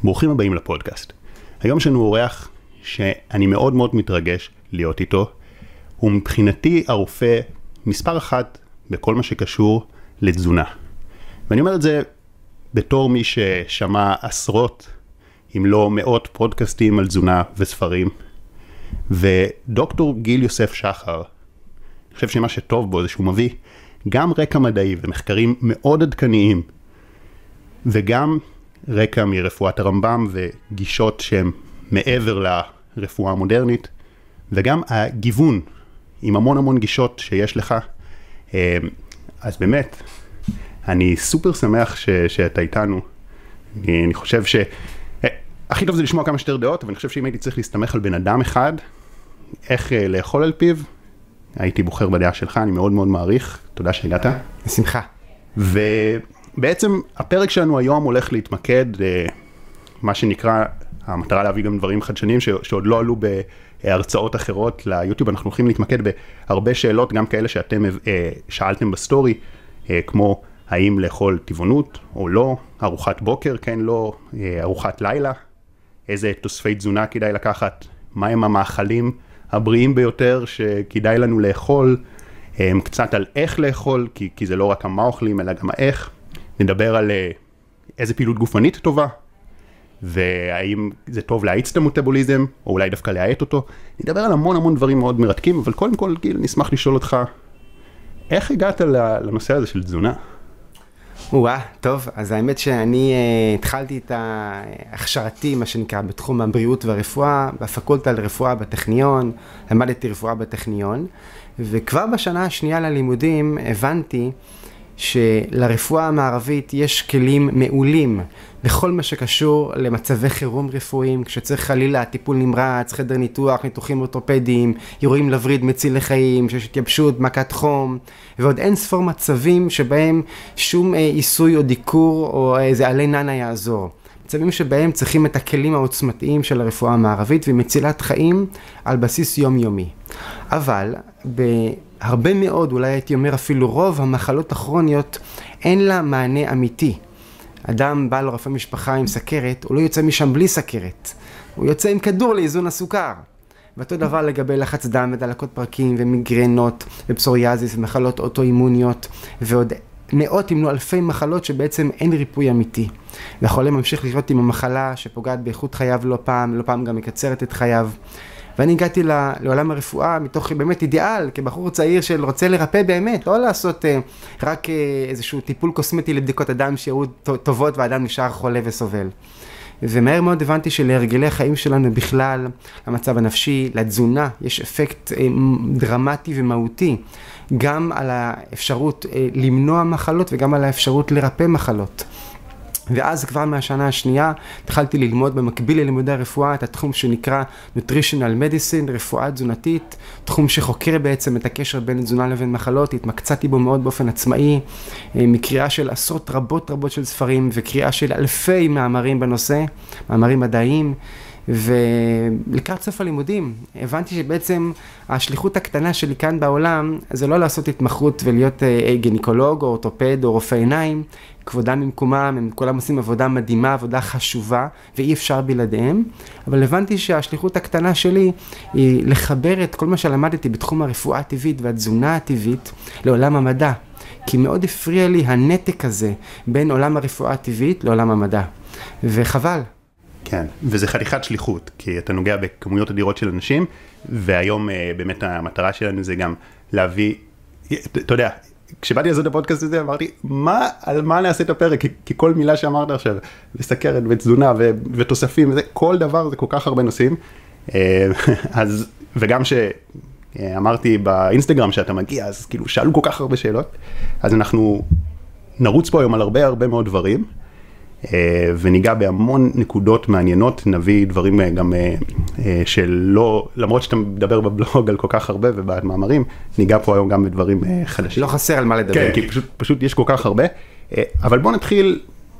ברוכים הבאים לפודקאסט. היום יש לנו אורח שאני מאוד מאוד מתרגש להיות איתו. הוא מבחינתי הרופא מספר אחת בכל מה שקשור לתזונה. ואני אומר את זה בתור מי ששמע עשרות, אם לא מאות פודקאסטים על תזונה וספרים. ודוקטור גיל יוסף שחר, אני חושב שמה שטוב בו זה שהוא מביא גם רקע מדעי ומחקרים מאוד עדכניים, וגם רקע מרפואת הרמב"ם וגישות שהן מעבר לרפואה המודרנית, וגם הגיוון עם המון גישות שיש לך. אז באמת, אני סופר שמח שאתה איתנו. אני חושב הכי טוב זה לשמוע כמה שיותר דעות, אבל אני חושב שאם הייתי צריך להסתמך על בן אדם אחד, איך לאכול על פיו, הייתי בוחר בדעה שלך, אני מאוד מאוד מעריך. תודה שהגעת. בשמחה. ובעצם הפרק שלנו היום הולך להתמקד, מה שנקרא, המטרה להביא גם דברים חדשניים שעוד לא עלו בהרצאות אחרות ליוטיוב. אנחנו הולכים להתמקד בהרבה שאלות, גם כאלה שאתם שאלתם בסטורי, כמו האם לאכול טבעונות או לא, ארוחת בוקר, כן, לא, ארוחת לילה, איזה תוספי תזונה כדאי לקחת, מהם המאכלים הבריאים ביותר שכדאי לנו לאכול, קצת על איך לאכול, כי זה לא רק מה אוכלים, אלא גם איך. נדבר על איזה פעילות גופנית טובה, והאם זה טוב להאיץ את המטאבוליזם, או אולי דווקא להאט אותו. נדבר על המון דברים מאוד מרתקים, אבל קודם כל, גיל, נשמח לשאול אותך, איך הגעת לנושא הזה של תזונה? טוב, אז האמת שאני התחלתי את ההכשרתי, מה שנקרא, בתחום הבריאות והרפואה, בפקולטה לרפואה בטכניון, למדתי רפואה בטכניון, וכבר בשנה השנייה ללימודים הבנתי שלרפואה המערבית יש כלים מעולים בכל מה שקשור למצבי חירום רפואיים, כשצריך חלילה טיפול נמרץ, חדר ניתוח, ניתוחים אורתופדיים, אירועים לווריד מציל לחיים, שיש התייבשות, מכת חום, ועוד אין ספור מצבים שבהם שום עיסוי או דיקור או איזה עלי ננה יעזור. מצבים שבהם צריכים את הכלים העוצמתיים של הרפואה המערבית ומצילת חיים על בסיס יומיומי. אבל בהרבה מאוד, אולי הייתי אומר אפילו רוב המחלות הכרוניות, אין לה מענה אמיתי. אדם בא לרופא משפחה עם סכרת, הוא לא יוצא משם בלי סכרת. הוא יוצא עם כדור לאיזון הסוכר. ואותו דבר לגבי לחץ דם ודלקות פרקים ומיגרנות ופסוריאזיס ומחלות אוטואימוניות ועוד מאות אם לא אלפי מחלות שבעצם אין ריפוי אמיתי. והחולה ממשיך לחיות עם המחלה שפוגעת באיכות חייו לא פעם גם מקצרת את חייו. ואני הגעתי לעולם הרפואה מתוך באמת אידיאל, כבחור צעיר של רוצה לרפא באמת, לא לעשות רק איזשהו טיפול קוסמטי לבדיקות אדם שיראו טובות והאדם נשאר חולה וסובל. ומהר מאוד הבנתי שלהרגלי החיים שלנו בכלל, למצב הנפשי, לתזונה, יש אפקט דרמטי ומהותי, גם על האפשרות למנוע מחלות וגם על האפשרות לרפא מחלות. ואז כבר מהשנה השנייה התחלתי ללמוד במקביל ללימודי הרפואה את התחום שנקרא Nutritional Medicine, רפואה תזונתית, תחום שחוקר בעצם את הקשר בין תזונה לבין מחלות. התמקצעתי בו מאוד באופן עצמאי, מקריאה של עשרות רבות של ספרים וקריאה של אלפי מאמרים בנושא, מאמרים מדעיים. ולקראת סוף הלימודים הבנתי שבעצם השליחות הקטנה שלי כאן בעולם זה לא לעשות התמחות ולהיות גינקולוג או אורתופד או רופא עיניים, כבודם ממקומם, הם כולם עושים עבודה מדהימה, עבודה חשובה ואי אפשר בלעדיהם, אבל הבנתי שהשליחות הקטנה שלי היא לחבר את כל מה שלמדתי בתחום הרפואה הטבעית והתזונה הטבעית לעולם המדע, כי מאוד הפריע לי הנתק הזה בין עולם הרפואה הטבעית לעולם המדע, וחבל. כן, וזה חתיכת שליחות, כי אתה נוגע בכמויות אדירות של אנשים, והיום באמת המטרה שלנו זה גם להביא, אתה יודע, כשבאתי לעשות את הפודקאסט הזה, אמרתי, על מה נעשה את הפרק? כי כל מילה שאמרת עכשיו, וסכרת ותזונה ותוספים, כל דבר זה כל כך הרבה נושאים, אז, וגם שאמרתי באינסטגרם שאתה מגיע, אז כאילו שאלו כל כך הרבה שאלות, אז אנחנו נרוץ פה היום על הרבה מאוד דברים, וניגע בהמון נקודות מעניינות, נביא דברים גם שלא, למרות שאתה מדבר בבלוג על כל כך הרבה ובמאמרים, ניגע פה היום גם בדברים חדשים. לא חסר על מה לדבר. כן, כי פשוט יש כל כך הרבה, אבל בוא נתחיל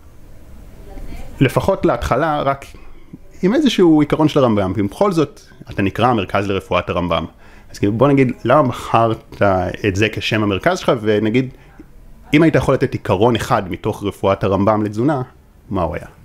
לפחות להתחלה רק עם איזשהו עיקרון של הרמב"ם, ובכל זאת אתה נקרא המרכז לרפואת הרמב"ם. אז בוא נגיד, למה בחרת את זה כשם המרכז שלך, ונגיד, אם היית יכול לתת עיקרון אחד מתוך רפואת הרמב"ם לתזונה, מה הוא היה?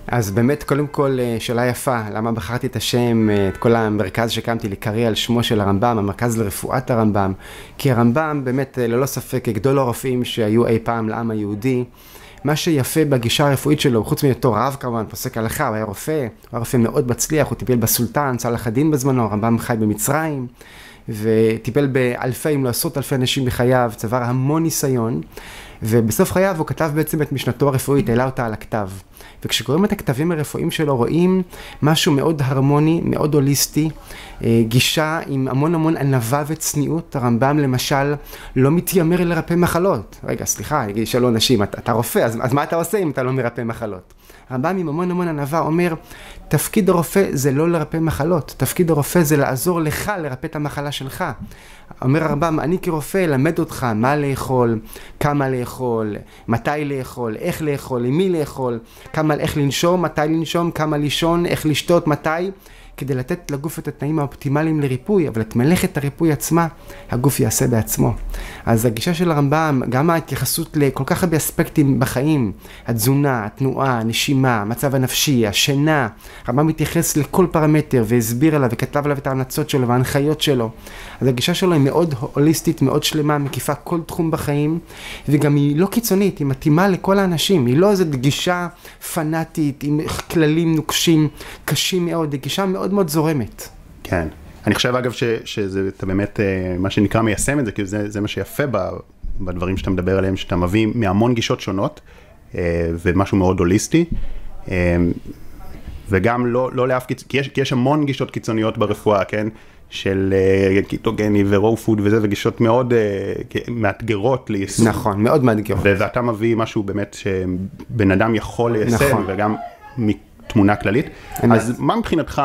אז באמת, קודם כל, שאלה יפה, למה בחרתי את השם, את כל המרכז שקמתי לקריא על שמו של הרמב"ם, המרכז לרפואת הרמב"ם, כי הרמב"ם באמת, ללא ספק, גדול הרופאים שהיו אי פעם לעם היהודי. מה שיפה בגישה הרפואית שלו, חוץ מאותו רב כמובן, פוסק הלכה, הוא היה רופא מאוד מצליח, הוא טיפל בסולטן, צלאח א-דין בזמנו, הרמב"ם חי במצרים, וטיפל באלפי, אם לא עשרות אלפי אנשים בחייו, צבר המון ניסיון, ובסוף חייו הוא כתב בעצם את משנתו הרפואית, העלה אותה על הכתב. וכשקוראים את הכתבים הרפואיים שלו, רואים משהו מאוד הרמוני, מאוד הוליסטי, גישה עם המון ענווה וצניעות. הרמב"ם למשל לא מתיימר לרפא מחלות. רגע, סליחה, שאלו אנשים, אתה רופא, אז מה אתה עושה אם אתה לא מרפא מחלות? הרמב"ם עם המון ענווה אומר, תפקיד הרופא זה לא לרפא מחלות, תפקיד הרופא זה לעזור לך לרפא את המחלה שלך. אומר הרמב"ם, אני כרופא אלמד אותך מה לאכול, כמה לאכול, מתי לאכול, איך לאכול, עם מי לאכול, כמה איך לנשום, מתי לנשום, כמה לישון, איך לשתות, מתי, כדי לתת לגוף את התנאים האופטימליים לריפוי, אבל את מלאכת הריפוי עצמה, הגוף יעשה בעצמו. אז הגישה של הרמב"ם, גם ההתייחסות לכל כך הרבה אספקטים בחיים, התזונה, התנועה, הנשימה, המצב הנפשי, השינה, הרמב"ם מתייחס לכל פרמטר והסביר עליו וכתב עליו את ההמלצות שלו וההנחיות שלו. אז הגישה שלו היא מאוד הוליסטית, מאוד שלמה, מקיפה כל תחום בחיים, וגם היא לא קיצונית, היא מתאימה לכל האנשים, היא לא איזו גישה פנאטית עם כללים נוקשים, קשים מאוד, היא גישה מאוד זורמת. כן. אני חושב אגב שזה באמת מה שנקרא מיישם את זה, כי זה מה שיפה בדברים שאתה מדבר עליהם, שאתה מביא מהמון גישות שונות, ומשהו מאוד הוליסטי, וגם לא לאף כי יש המון גישות קיצוניות ברפואה, כן? של קיטוגני ורואו פוד וזה, וגישות מאוד מאתגרות ליישום. נכון, מאוד מאתגרות. ואתה מביא משהו באמת שבן אדם יכול ליישם, וגם מתמונה כללית. אז מה מבחינתך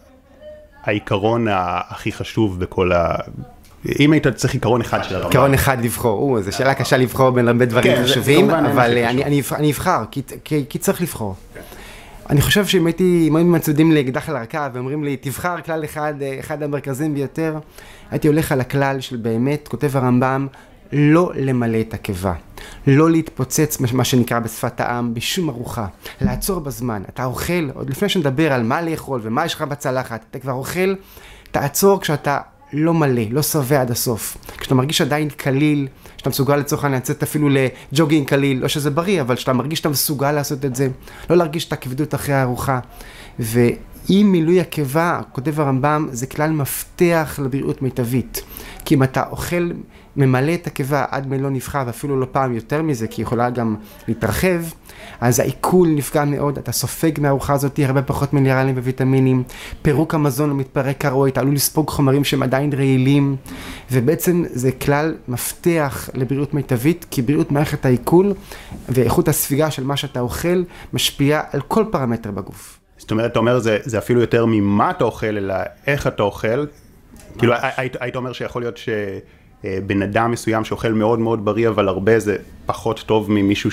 העיקרון הכי חשוב בכל אם היית צריך עיקרון אחד של הרמב"ם? עיקרון אחד לבחור, זו שאלה קשה לבחור בין הרבה דברים חשובים, אבל אני אבחר, כי צריך לבחור. אני חושב שאם הייתי מצודים לאקדח על הרקה ואומרים לי, תבחר כלל אחד המרכזיים ביותר, הייתי הולך על הכלל של באמת, כותב הרמב"ם, לא למלא את הקיבה, לא להתפוצץ, מה שנקרא בשפת העם, בשום ארוחה, לעצור בזמן. אתה אוכל, עוד לפני שנדבר על מה לאכול ומה יש לך בצלחת, אתה כבר אוכל, תעצור כשאתה לא מלא, לא שבע עד הסוף. כשאתה מרגיש עדיין קליל, שאתה מסוגל לצורך לצאת אפילו לג'וגינג קליל, לא שזה בריא, אבל שאתה מרגיש שאתה מסוגל לעשות את זה, לא להרגיש את הכבדות אחרי הארוחה. ואם מילוי הקיבה, כותב הרמב"ם, זה כלל מפתח לבריאות מיטבית. כי אם אתה אוכל, ממלא את הקיבה עד מלוא נפחה, ואפילו לא פעם יותר מזה, כי היא יכולה גם להתרחב, אז העיכול נפגע מאוד, אתה סופג מהארוחה הזאת הרבה פחות מינרלים וויטמינים, פירוק המזון לא מתפרק כראוי, אתה עלול לספוג חומרים שהם עדיין רעילים, ובעצם זה כלל מפתח לבריאות מיטבית, כי בריאות מערכת העיכול ואיכות הספיגה של מה שאתה אוכל משפיעה על כל פרמטר בגוף. זאת אומרת, אתה אומר, זה אפילו יותר ממה אתה אוכל, אלא איך אתה אוכל. כאילו, היית אומר שיכול להיות שבן אדם מסוים שאוכל מאוד מאוד בריא, אבל הרבה זה פחות טוב ממישהו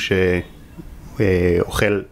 שאוכל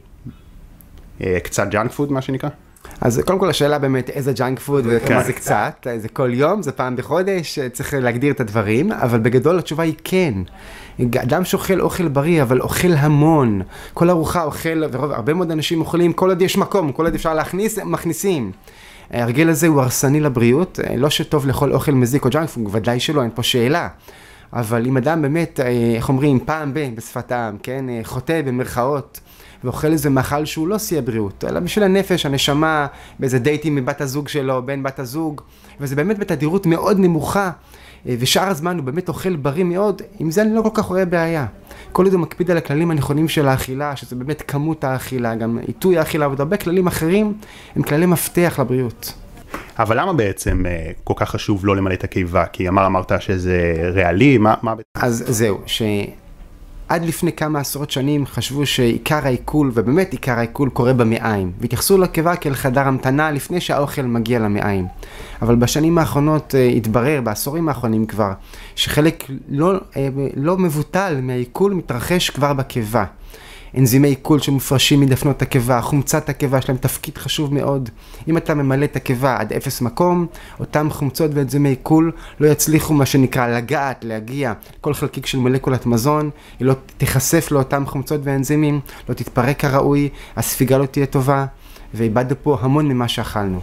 קצת ג'אנק פוד, מה שנקרא? אז קודם כל השאלה באמת איזה ג'אנק פוד וכמה זה קצת, זה כל יום, זה פעם בחודש, צריך להגדיר את הדברים, אבל בגדול התשובה היא כן. אדם שאוכל אוכל בריא, אבל אוכל המון, כל ארוחה אוכל, והרבה מאוד אנשים אוכלים, כל עוד יש מקום, כל עוד אפשר להכניס, הם מכניסים. ההרגל הזה הוא הרסני לבריאות, לא שטוב לאכול אוכל מזיק או ג'אנק פוד, ודאי שלא, אין פה שאלה. אבל אם אדם באמת, איך אומרים, פעם בשפת העם, כן, חוטא במרכאות, ואוכל איזה מאכל שהוא לא שיא בריאות, אלא בשביל הנפש, הנשמה, באיזה דייטים מבת הזוג שלו, בין בת הזוג, וזה באמת בתדירות מאוד נמוכה, ושאר הזמן הוא באמת אוכל בריא מאוד, עם זה אני לא כל כך רואה בעיה. כל עוד הוא מקפיד על הכללים הנכונים של האכילה, שזה באמת כמות האכילה, גם עיתוי האכילה, ועוד הרבה כללים אחרים, הם כללי מפתח לבריאות. אבל למה בעצם כל כך חשוב לא למלא את הקיבה? כי אמרת שזה ריאלי, מה? אז זהו, עד לפני כמה עשרות שנים חשבו שעיקר העיכול, ובאמת עיקר העיכול קורה במעיים, והתייחסו לקיבה כאל חדר המתנה לפני שהאוכל מגיע למעיים. אבל בשנים האחרונות התברר, בעשורים האחרונים כבר, שחלק לא מבוטל מהעיכול מתרחש כבר בקיבה. אנזימי עיכול שמופרשים מדפנות הקיבה, חומצת הקיבה, יש להם תפקיד חשוב מאוד. אם אתה ממלא את הקיבה עד 0 מקום, אותם חומצות ואנזימי עיכול לא יצליחו מה שנקרא לגעת, להגיע כל חלקיק של מולקולת מזון, היא לא תיחשף לאותם חומצות ואנזימים, לא תתפרק כראוי, הספיגה לא תהיה טובה, ואיבדנו פה המון ממה שאכלנו.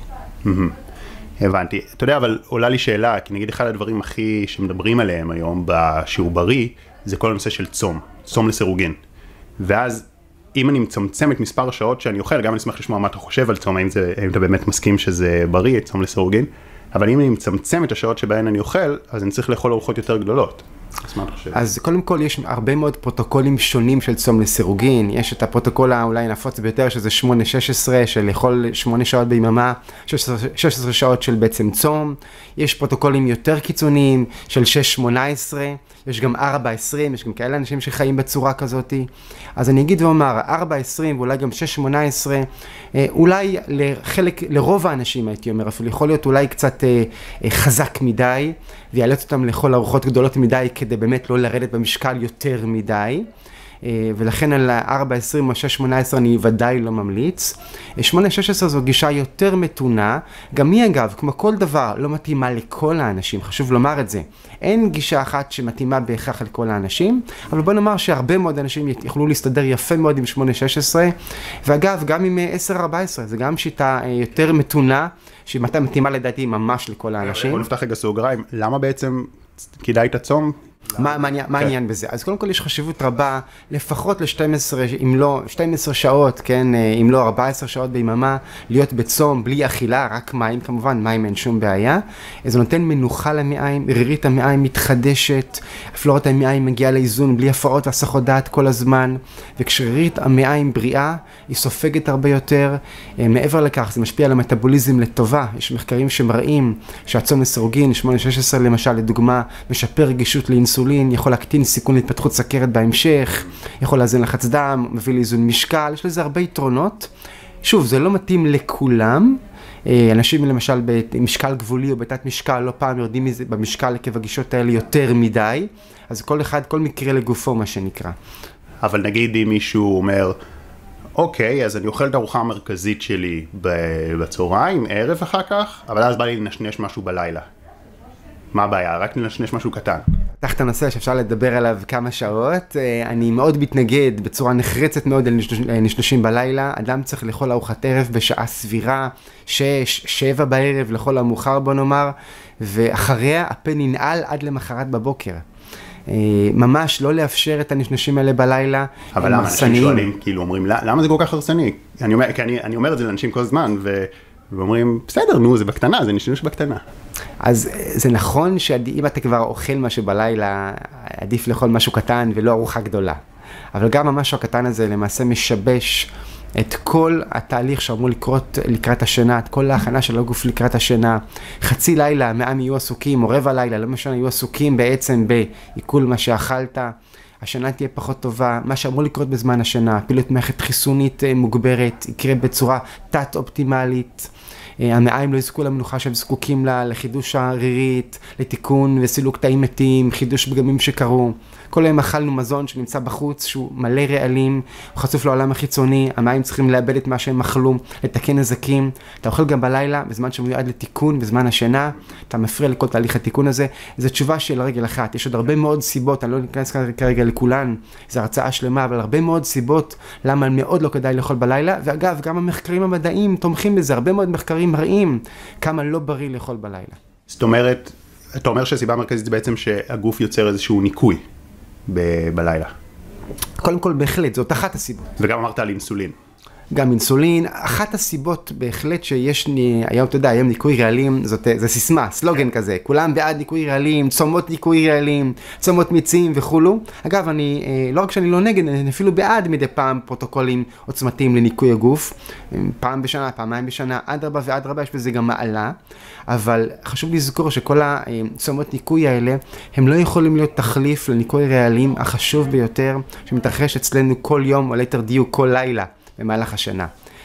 הבנתי. אתה יודע, אבל עולה לי שאלה, כי נגיד אחד הדברים הכי שמדברים עליהם היום בשיעור בריא, זה כל הנושא של צום לסירוגין. ואז אם אני מצמצם את מספר השעות שאני אוכל, גם אני אשמח לשמוע מה אתה חושב על צום, האם אתה באמת מסכים שזה בריא, צום לסירוגין, אבל אם אני מצמצם את השעות שבהן אני אוכל, אז אני צריך לאכול ארוחות יותר גדולות. אז מה אתה חושב? אז קודם כל יש הרבה מאוד פרוטוקולים שונים של צום לסירוגין, יש את הפרוטוקול אולי נפוץ ביותר שזה 8-16 של לאכול 8 שעות ביממה, 16 שעות של בעצם צום, יש פרוטוקולים יותר קיצוניים של 6-18, יש גם 4-20, יש גם כאלה אנשים שחיים בצורה כזאת, אז אני אגיד ואומר 4-20 ואולי גם 6-18, אולי לרוב האנשים הייתי אומר, אפילו יכול להיות אולי קצת חזק מדי, ויאלץ אותם לאכול ארוחות גדולות מדי כדי באמת לא לרדת במשקל יותר מדי, ולכן על 4-20 או 6-18 אני ודאי לא ממליץ. 8-16 זו גישה יותר מתונה, גם היא אגב, כמו כל דבר, לא מתאימה לכל האנשים, חשוב לומר את זה. אין גישה אחת שמתאימה בהכרח לכל האנשים, אבל בוא נאמר שהרבה מאוד אנשים יוכלו להסתדר יפה מאוד עם 8-16, ואגב, גם עם 10-14, זה גם שיטה יותר מתונה, שמתי מתאימה לדעתי ממש לכל האנשים. בוא נפתח רגע סוגריים, למה בעצם כדאי את הצום? מה העניין בזה? אז קודם כל יש חשיבות רבה, לפחות ל-12, אם לא 12 שעות, כן, אם לא 14 שעות ביממה, להיות בצום בלי אכילה, רק מים כמובן, מים אין שום בעיה. זה נותן מנוחה למעיים, רירית המעיים מתחדשת, פלורת המעיים מגיעה לאיזון בלי הפרעות והסחות דעת כל הזמן, וכשרירית המעיים בריאה, היא סופגת הרבה יותר. מעבר לכך, זה משפיע על המטאבוליזם לטובה. יש מחקרים שמראים שהצום לסירוגין, 8-16 למשל, לדוגמה, משפר רגישות לאינסולין, יכול להקטין סיכון להתפתחות סכרת בהמשך, יכול לאזן לחץ דם, מביא לאיזון משקל, יש לזה הרבה יתרונות. שוב, זה לא מתאים לכולם. אנשים למשל במשקל גבולי או בתת משקל, לא פעם יורדים במשקל עקב הגישות האלה יותר מדי, אז כל מקרה לגופו מה שנקרא. אבל נגיד אם מישהו אומר, אוקיי, אז אני אוכל את הארוחה המרכזית שלי בצהריים, ערב אחר כך, אבל אז בא לי לנשנש משהו בלילה. מה הבעיה? רק לנשנש משהו קטן. תחת הנושא שאפשר לדבר עליו כמה שעות, אני מאוד מתנגד בצורה נחרצת מאוד על נשנשים בלילה. אדם צריך לאכול ארוחת ערב בשעה סבירה, 6, 7 בערב, לאכול המאוחר בוא נאמר, ואחריה הפה ננעל עד למחרת בבוקר. ממש לא לאפשר את הנשנשים האלה בלילה. אבל למה אנשים שואלים, כאילו אומרים, למה זה כל כך הרסני? אני אומר את זה לאנשים כל זמן, ואומרים, בסדר, נו, זה בקטנה, זה נשנש בקטנה. אז זה נכון שאם אתה כבר אוכל משהו בלילה, עדיף לאכול משהו קטן ולא ארוחה גדולה. אבל גם המשהו הקטן הזה למעשה משבש את כל התהליך שאמור לקרות לקראת השינה, את כל ההכנה של הגוף לקראת השינה. חצי לילה, מעם יהיו עסוקים, או רבע לילה, לא משנה, יהיו עסוקים בעצם בעיכול מה שאכלת. השינה תהיה פחות טובה, מה שאמור לקרות בזמן השינה, פעילות מערכת חיסונית מוגברת, יקרה בצורה תת-אופטימלית. המעיים לא יזכו למנוחה שהם זקוקים לה, לחידוש הרירית, לתיקון וסילוק תאים מתים, חידוש פגמים שקרו. כל היום אכלנו מזון שנמצא בחוץ, שהוא מלא רעלים, הוא חשוף לעולם החיצוני, המים צריכים לאבד את מה שהם אכלו, לתקן נזקים. אתה אוכל גם בלילה, בזמן שמיועד לתיקון, בזמן השינה, אתה מפריע לכל תהליך התיקון הזה. זו תשובה של רגל אחת. יש עוד הרבה מאוד סיבות, אני לא ניכנס כרגע לכולן, זו הרצאה שלמה, אבל הרבה מאוד סיבות למה מאוד לא כדאי לאכול בלילה. ואגב, גם המחקרים המדעיים תומכים בזה, הרבה מאוד מחקרים מראים כמה לא בריא לאכול בלילה. זאת אומרת, אתה אומר שהסיבה המרכזית זה בעצם שהגוף יוצר איזשהו ניקוי בלילה. קודם כל בהחלט, זאת אחת הסיבות. וגם אמרת על אינסולין. גם אינסולין, אחת הסיבות בהחלט שיש, היום אתה יודע, היום ניקוי רעלים, זה סיסמה, סלוגן כזה, כולם בעד ניקוי רעלים, צומות ניקוי רעלים, צומות מיצים וכולו. אגב, לא רק שאני לא נגד, אני אפילו בעד מדי פעם פרוטוקולים עוצמתיים לניקוי הגוף, פעם בשנה, פעמיים בשנה, אדרבה ואדרבה, יש בזה גם מעלה, אבל חשוב לזכור שכל הצומות ניקוי האלה, הם לא יכולים להיות תחליף לניקוי רעלים החשוב ביותר, שמתרחש אצלנו כל יום, או ליתר דיוק כל לילה. במהלך השנה.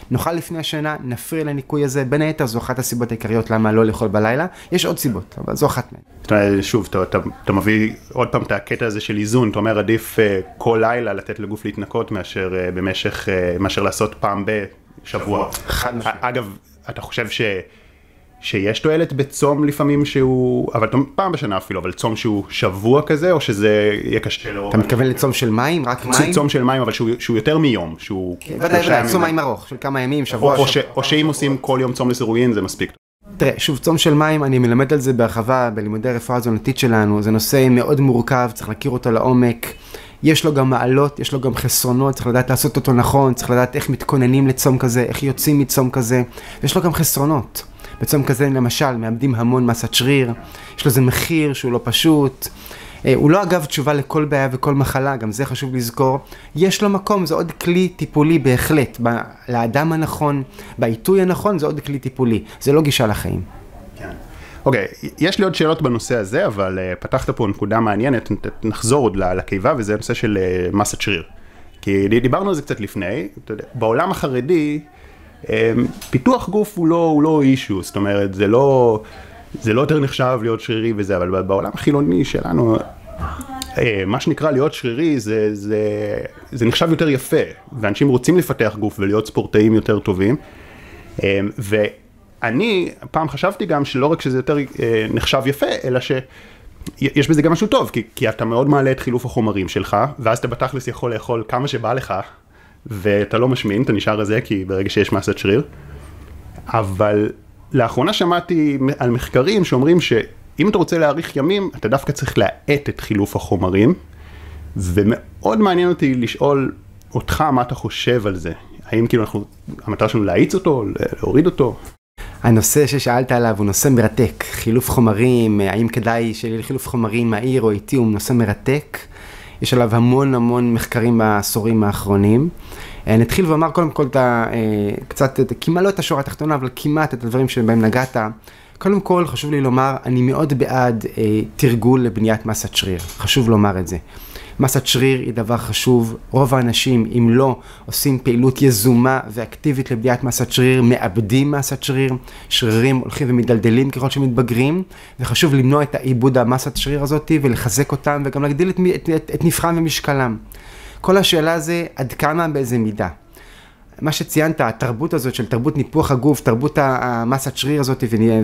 נאכל לפני השינה, נפריע לניקוי הזה, בין היתר זו אחת הסיבות העיקריות למה לא לאכול בלילה, יש עוד סיבות, אבל זו אחת מהן. זאת אומרת, שוב, אתה מביא עוד פעם את הקטע הזה של איזון, אתה אומר עדיף כל לילה לתת לגוף להתנקות מאשר לעשות פעם בשבוע. חד משמעית. אגב, אתה חושב שיש תועלת בצום לפעמים שהוא, אבל פעם בשנה אפילו, אבל צום שהוא שבוע כזה, או שזה יהיה קשה לרוב? אתה מתכוון לצום של מים? רק מים? צום של מים, אבל שהוא יותר מיום, שהוא... ודאי, צום מים ארוך, של כמה ימים, שבוע. או שאם עושים כל יום צום לסירוגין, זה מספיק. תראה, שוב, צום של מים, אני מלמד על זה בהרחבה, בלימודי הרפואה התזונתית שלנו, זה נושא מאוד מורכב, צריך להכיר אותו לעומק, יש לו גם מעלות, יש לו גם חסרונות, צריך לדעת לעשות אותו נכון, צריך לדעת איך מתכוננים לצום כזה, איך יוצאים מצום כזה, ויש לו גם חסרונות. בצום כזה, למשל, מאבדים המון מסת שריר, יש לו איזה מחיר שהוא לא פשוט, הוא לא אגב תשובה לכל בעיה וכל מחלה, גם זה חשוב לזכור, יש לו מקום, זה עוד כלי טיפולי בהחלט, לאדם הנכון, בעיתוי הנכון, זה עוד כלי טיפולי, זה לא גישה לחיים. אוקיי, יש לי עוד שאלות בנושא הזה, אבל פתחת פה נקודה מעניינת, נחזור עוד לקיבה, וזה הנושא של מסת שריר. כי דיברנו על זה קצת לפני, בעולם החרדי, פיתוח גוף הוא לא אישו, זאת אומרת, זה לא יותר נחשב להיות שרירי וזה, אבל בעולם החילוני שלנו, מה שנקרא להיות שרירי, זה נחשב יותר יפה, ואנשים רוצים לפתח גוף ולהיות ספורטאים יותר טובים, ואני פעם חשבתי גם שלא רק שזה יותר נחשב יפה, אלא שיש בזה גם משהו טוב, כי אתה מאוד מעלה את חילוף החומרים שלך, ואז אתה בתכלס יכול לאכול כמה שבא לך, ואתה לא משמין, אתה נשאר רזה, כי ברגע שיש מסת שריר. אבל לאחרונה שמעתי על מחקרים שאומרים שאם אתה רוצה להאריך ימים, אתה דווקא צריך להאט את חילוף החומרים, ומאוד מעניין אותי לשאול אותך מה אתה חושב על זה. האם כאילו המטרה שלנו להאיץ אותו, להוריד אותו? הנושא ששאלת עליו הוא נושא מרתק. חילוף חומרים, האם כדאי שיהיה חילוף חומרים מהיר או איטי, הוא נושא מרתק. יש עליו המון מחקרים בעשורים האחרונים. נתחיל ואומר קודם כל קצת, כמעט לא את השורה התחתונה, אבל כמעט את הדברים שבהם נגעת. קודם כל חשוב לי לומר, אני מאוד בעד תרגול לבניית מסת שריר. חשוב לומר את זה. מסת שריר היא דבר חשוב. רוב האנשים, אם לא עושים פעילות יזומה ואקטיבית לבניית מסת שריר, מאבדים מסת שריר. שרירים הולכים ומדלדלים ככל שמתבגרים, וחשוב למנוע את העיבוד המסת שריר הזאת ולחזק אותם, וגם להגדיל את נפחם ומשקלם. כל השאלה זה עד כמה באיזה מידה. מה שציינת, התרבות הזאת של תרבות ניפוח הגוף, תרבות המסת שריר הזאת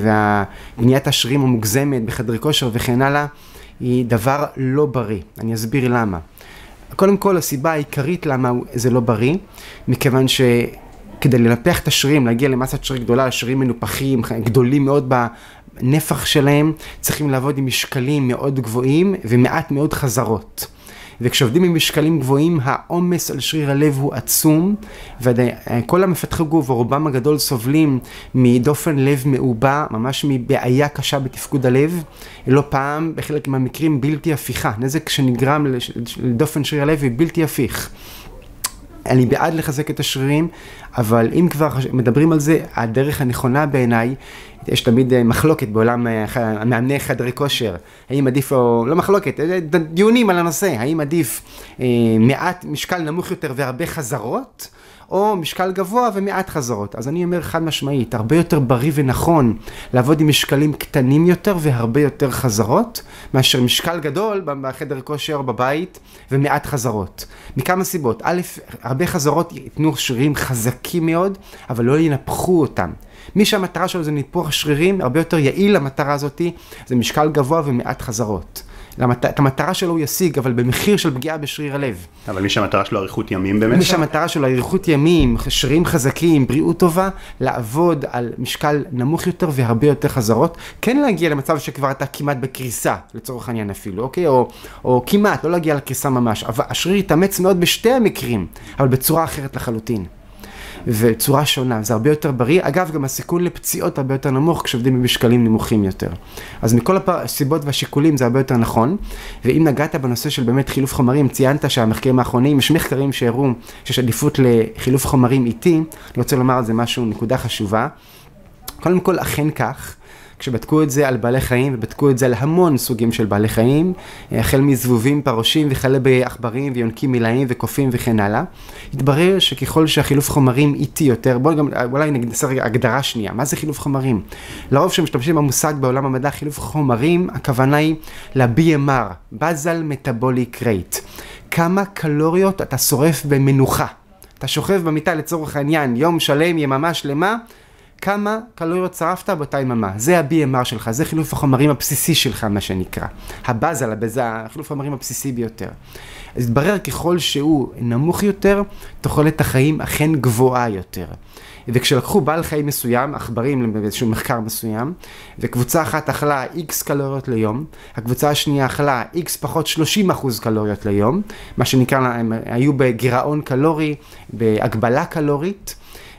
ובניית השרירים המוגזמת בחדרי כושר וכן הלאה, היא דבר לא בריא. אני אסביר למה. קודם כל, הסיבה העיקרית למה זה לא בריא, מכיוון שכדי לנפח את השרירים, להגיע למסת שריר גדולה, השרירים מנופחים, גדולים מאוד בנפח שלהם, צריכים לעבוד עם משקלים מאוד גבוהים ומעט מאוד חזרות. וכשעובדים עם משקלים גבוהים, העומס על שריר הלב הוא עצום, וכל המפתחי גוף ורובם הגדול סובלים מדופן לב מעובה, ממש מבעיה קשה בתפקוד הלב, לא פעם בחלק מהמקרים בלתי הפיכה, נזק שנגרם לדופן שריר הלב היא בלתי הפיך. אני בעד לחזק את השרירים, אבל אם כבר מדברים על זה, הדרך הנכונה בעיניי, יש תמיד מחלוקת בעולם מאמני חדרי כושר, האם עדיף או לא מחלוקת, דיונים על הנושא, האם עדיף מעט משקל נמוך יותר והרבה חזרות, או משקל גבוה ומעט חזרות. אז אני אומר חד משמעית, הרבה יותר בריא ונכון לעבוד עם משקלים קטנים יותר והרבה יותר חזרות, מאשר משקל גדול בחדר כושר בבית ומעט חזרות. מכמה סיבות. א', הרבה חזרות ייתנו שרירים חזקים מאוד, אבל לא ינפחו אותם. מי שהמטרה שלו זה ניפוח שרירים, הרבה יותר יעיל למטרה הזאת, זה משקל גבוה ומעט חזרות. את המטרה שלו הוא ישיג, אבל במחיר של פגיעה בשריר הלב. אבל מי שהמטרה שלו אריכות ימים באמת? מי שהמטרה שלו אריכות ימים, שרירים חזקים, בריאות טובה, לעבוד על משקל נמוך יותר והרבה יותר חזרות, כן להגיע למצב שכבר אתה כמעט בקריסה, לצורך העניין אפילו, אוקיי? או כמעט, לא להגיע לקריסה ממש. אבל השריר יתאמץ מאוד בשתי המקרים, אבל בצורה אחרת לחלוטין. וצורה שונה, זה הרבה יותר בריא. אגב, גם הסיכון לפציעות הרבה יותר נמוך כשעובדים במשקלים נמוכים יותר. אז מכל הסיבות והשיקולים זה הרבה יותר נכון. ואם נגעת בנושא של באמת חילוף חומרים, ציינת שהמחקרים האחרונים, יש מחקרים שהראו שיש עדיפות לחילוף חומרים איטי, אני רוצה לומר על זה משהו, נקודה חשובה. קודם כל, אכן כך. כשבדקו את זה על בעלי חיים, ובדקו את זה על המון סוגים של בעלי חיים, החל מזבובים, פרושים, וכלה בעכברים ויונקים מילאים וקופים וכן הלאה, התברר שככל שהחילוף חומרים איטי יותר, אולי נעשה הגדרה שנייה, מה זה חילוף חומרים? לרוב שמשתמשים במושג בעולם המדע, חילוף חומרים, הכוונה היא ל-BMR, Basal Metabolic Rate. כמה קלוריות אתה שורף במנוחה. אתה שוכב במיטה לצורך העניין, יום שלם, יממה שלמה, כמה קלוריות שרפת באותה יממה. זה ה-BMR שלך, זה חילוף החומרים הבסיסי שלך, מה שנקרא. הבאזל, זה החילוף החומרים הבסיסי ביותר. אז התברר ככל שהוא נמוך יותר, תוחלת החיים אכן גבוהה יותר. וכשלקחו בעל חיים מסוים, עכברים באיזשהו מחקר מסוים, וקבוצה אחת אכלה X קלוריות ליום, הקבוצה השנייה אכלה X פחות 30% קלוריות ליום, מה שנקרא, הם היו בגירעון קלורי, בהגבלה קלורית,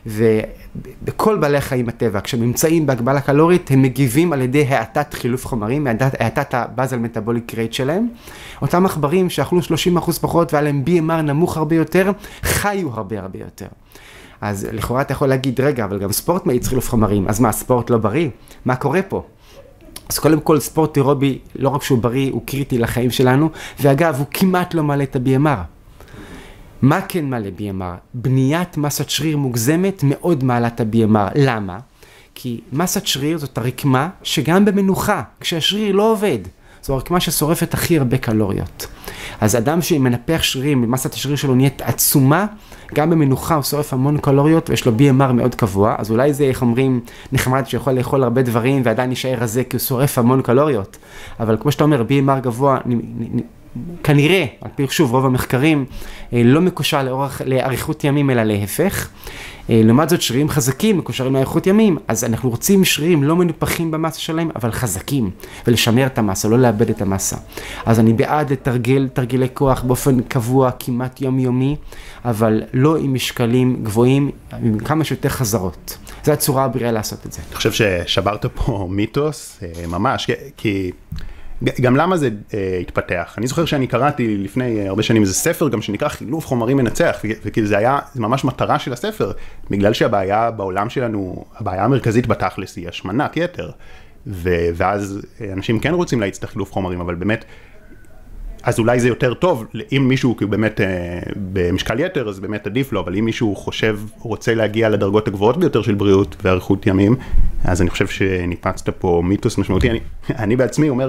ובכל בעלי החיים הטבע, כשהם נמצאים בהגבלה קלורית, הם מגיבים על ידי האטת חילוף חומרים, האטת הבאזל מטאבוליק רייט שלהם. אותם עכברים שאכלו 30% פחות והיה להם BMR נמוך הרבה יותר, חיו הרבה יותר. אז לכאורה אתה יכול להגיד, רגע, אבל גם ספורט מאיץ חילוף חומרים, אז מה, ספורט לא בריא? מה קורה פה? אז קודם כל, ספורט אירובי, לא רק שהוא בריא, הוא קריטי לחיים שלנו, ואגב, הוא כמעט לא מעלה את ה-BMR. מה כן מעלה BMR? בניית מסת שריר מוגזמת מאוד מעלה את ה-BMR. למה? כי מסת שריר זאת הרקמה שגם במנוחה, כשהשריר לא עובד, זו הרקמה ששורפת הכי הרבה קלוריות. אז אדם שמנפח שרירים, מסת השריר שלו נהיית עצומה, גם במנוחה הוא שורף המון קלוריות ויש לו BMR מאוד קבוע, אז אולי זה, איך אומרים, נחמד שיכול לאכול הרבה דברים ועדיין נשאר רזה כי הוא שורף המון קלוריות. אבל כמו שאתה אומר, BMR גבוה, כנראה, על פי שוב רוב המחקרים, לא מקושר לאריכות ימים אלא להפך. לעומת זאת שרירים חזקים מקושרים לאריכות ימים, אז אנחנו רוצים שרירים לא מנופחים במסה שלהם, אבל חזקים, ולשמר את המסה, לא לאבד את המסה. אז אני בעד לתרגל תרגילי כוח באופן קבוע, כמעט יומיומי, אבל לא עם משקלים גבוהים, עם כמה שיותר חזרות. זו הצורה הבריאה לעשות את זה. אני חושב ששברת פה מיתוס, ממש, כי גם למה זה התפתח? אני זוכר שאני קראתי לפני הרבה שנים איזה ספר גם שנקרא חילוף חומרים מנצח, וכי זה היה ממש מטרה של הספר, בגלל שהבעיה בעולם שלנו, הבעיה המרכזית בתכלס היא השמנת יתר, ואז אנשים כן רוצים להאיץ את החילוף חומרים, אבל באמת, אז אולי זה יותר טוב, אם מישהו באמת במשקל יתר, אז באמת עדיף לו, אבל אם מישהו חושב, רוצה להגיע לדרגות הגבוהות ביותר של בריאות ואריכות ימים, אז אני חושב שניפצת פה מיתוס משמעותי. אני בעצמי אומר,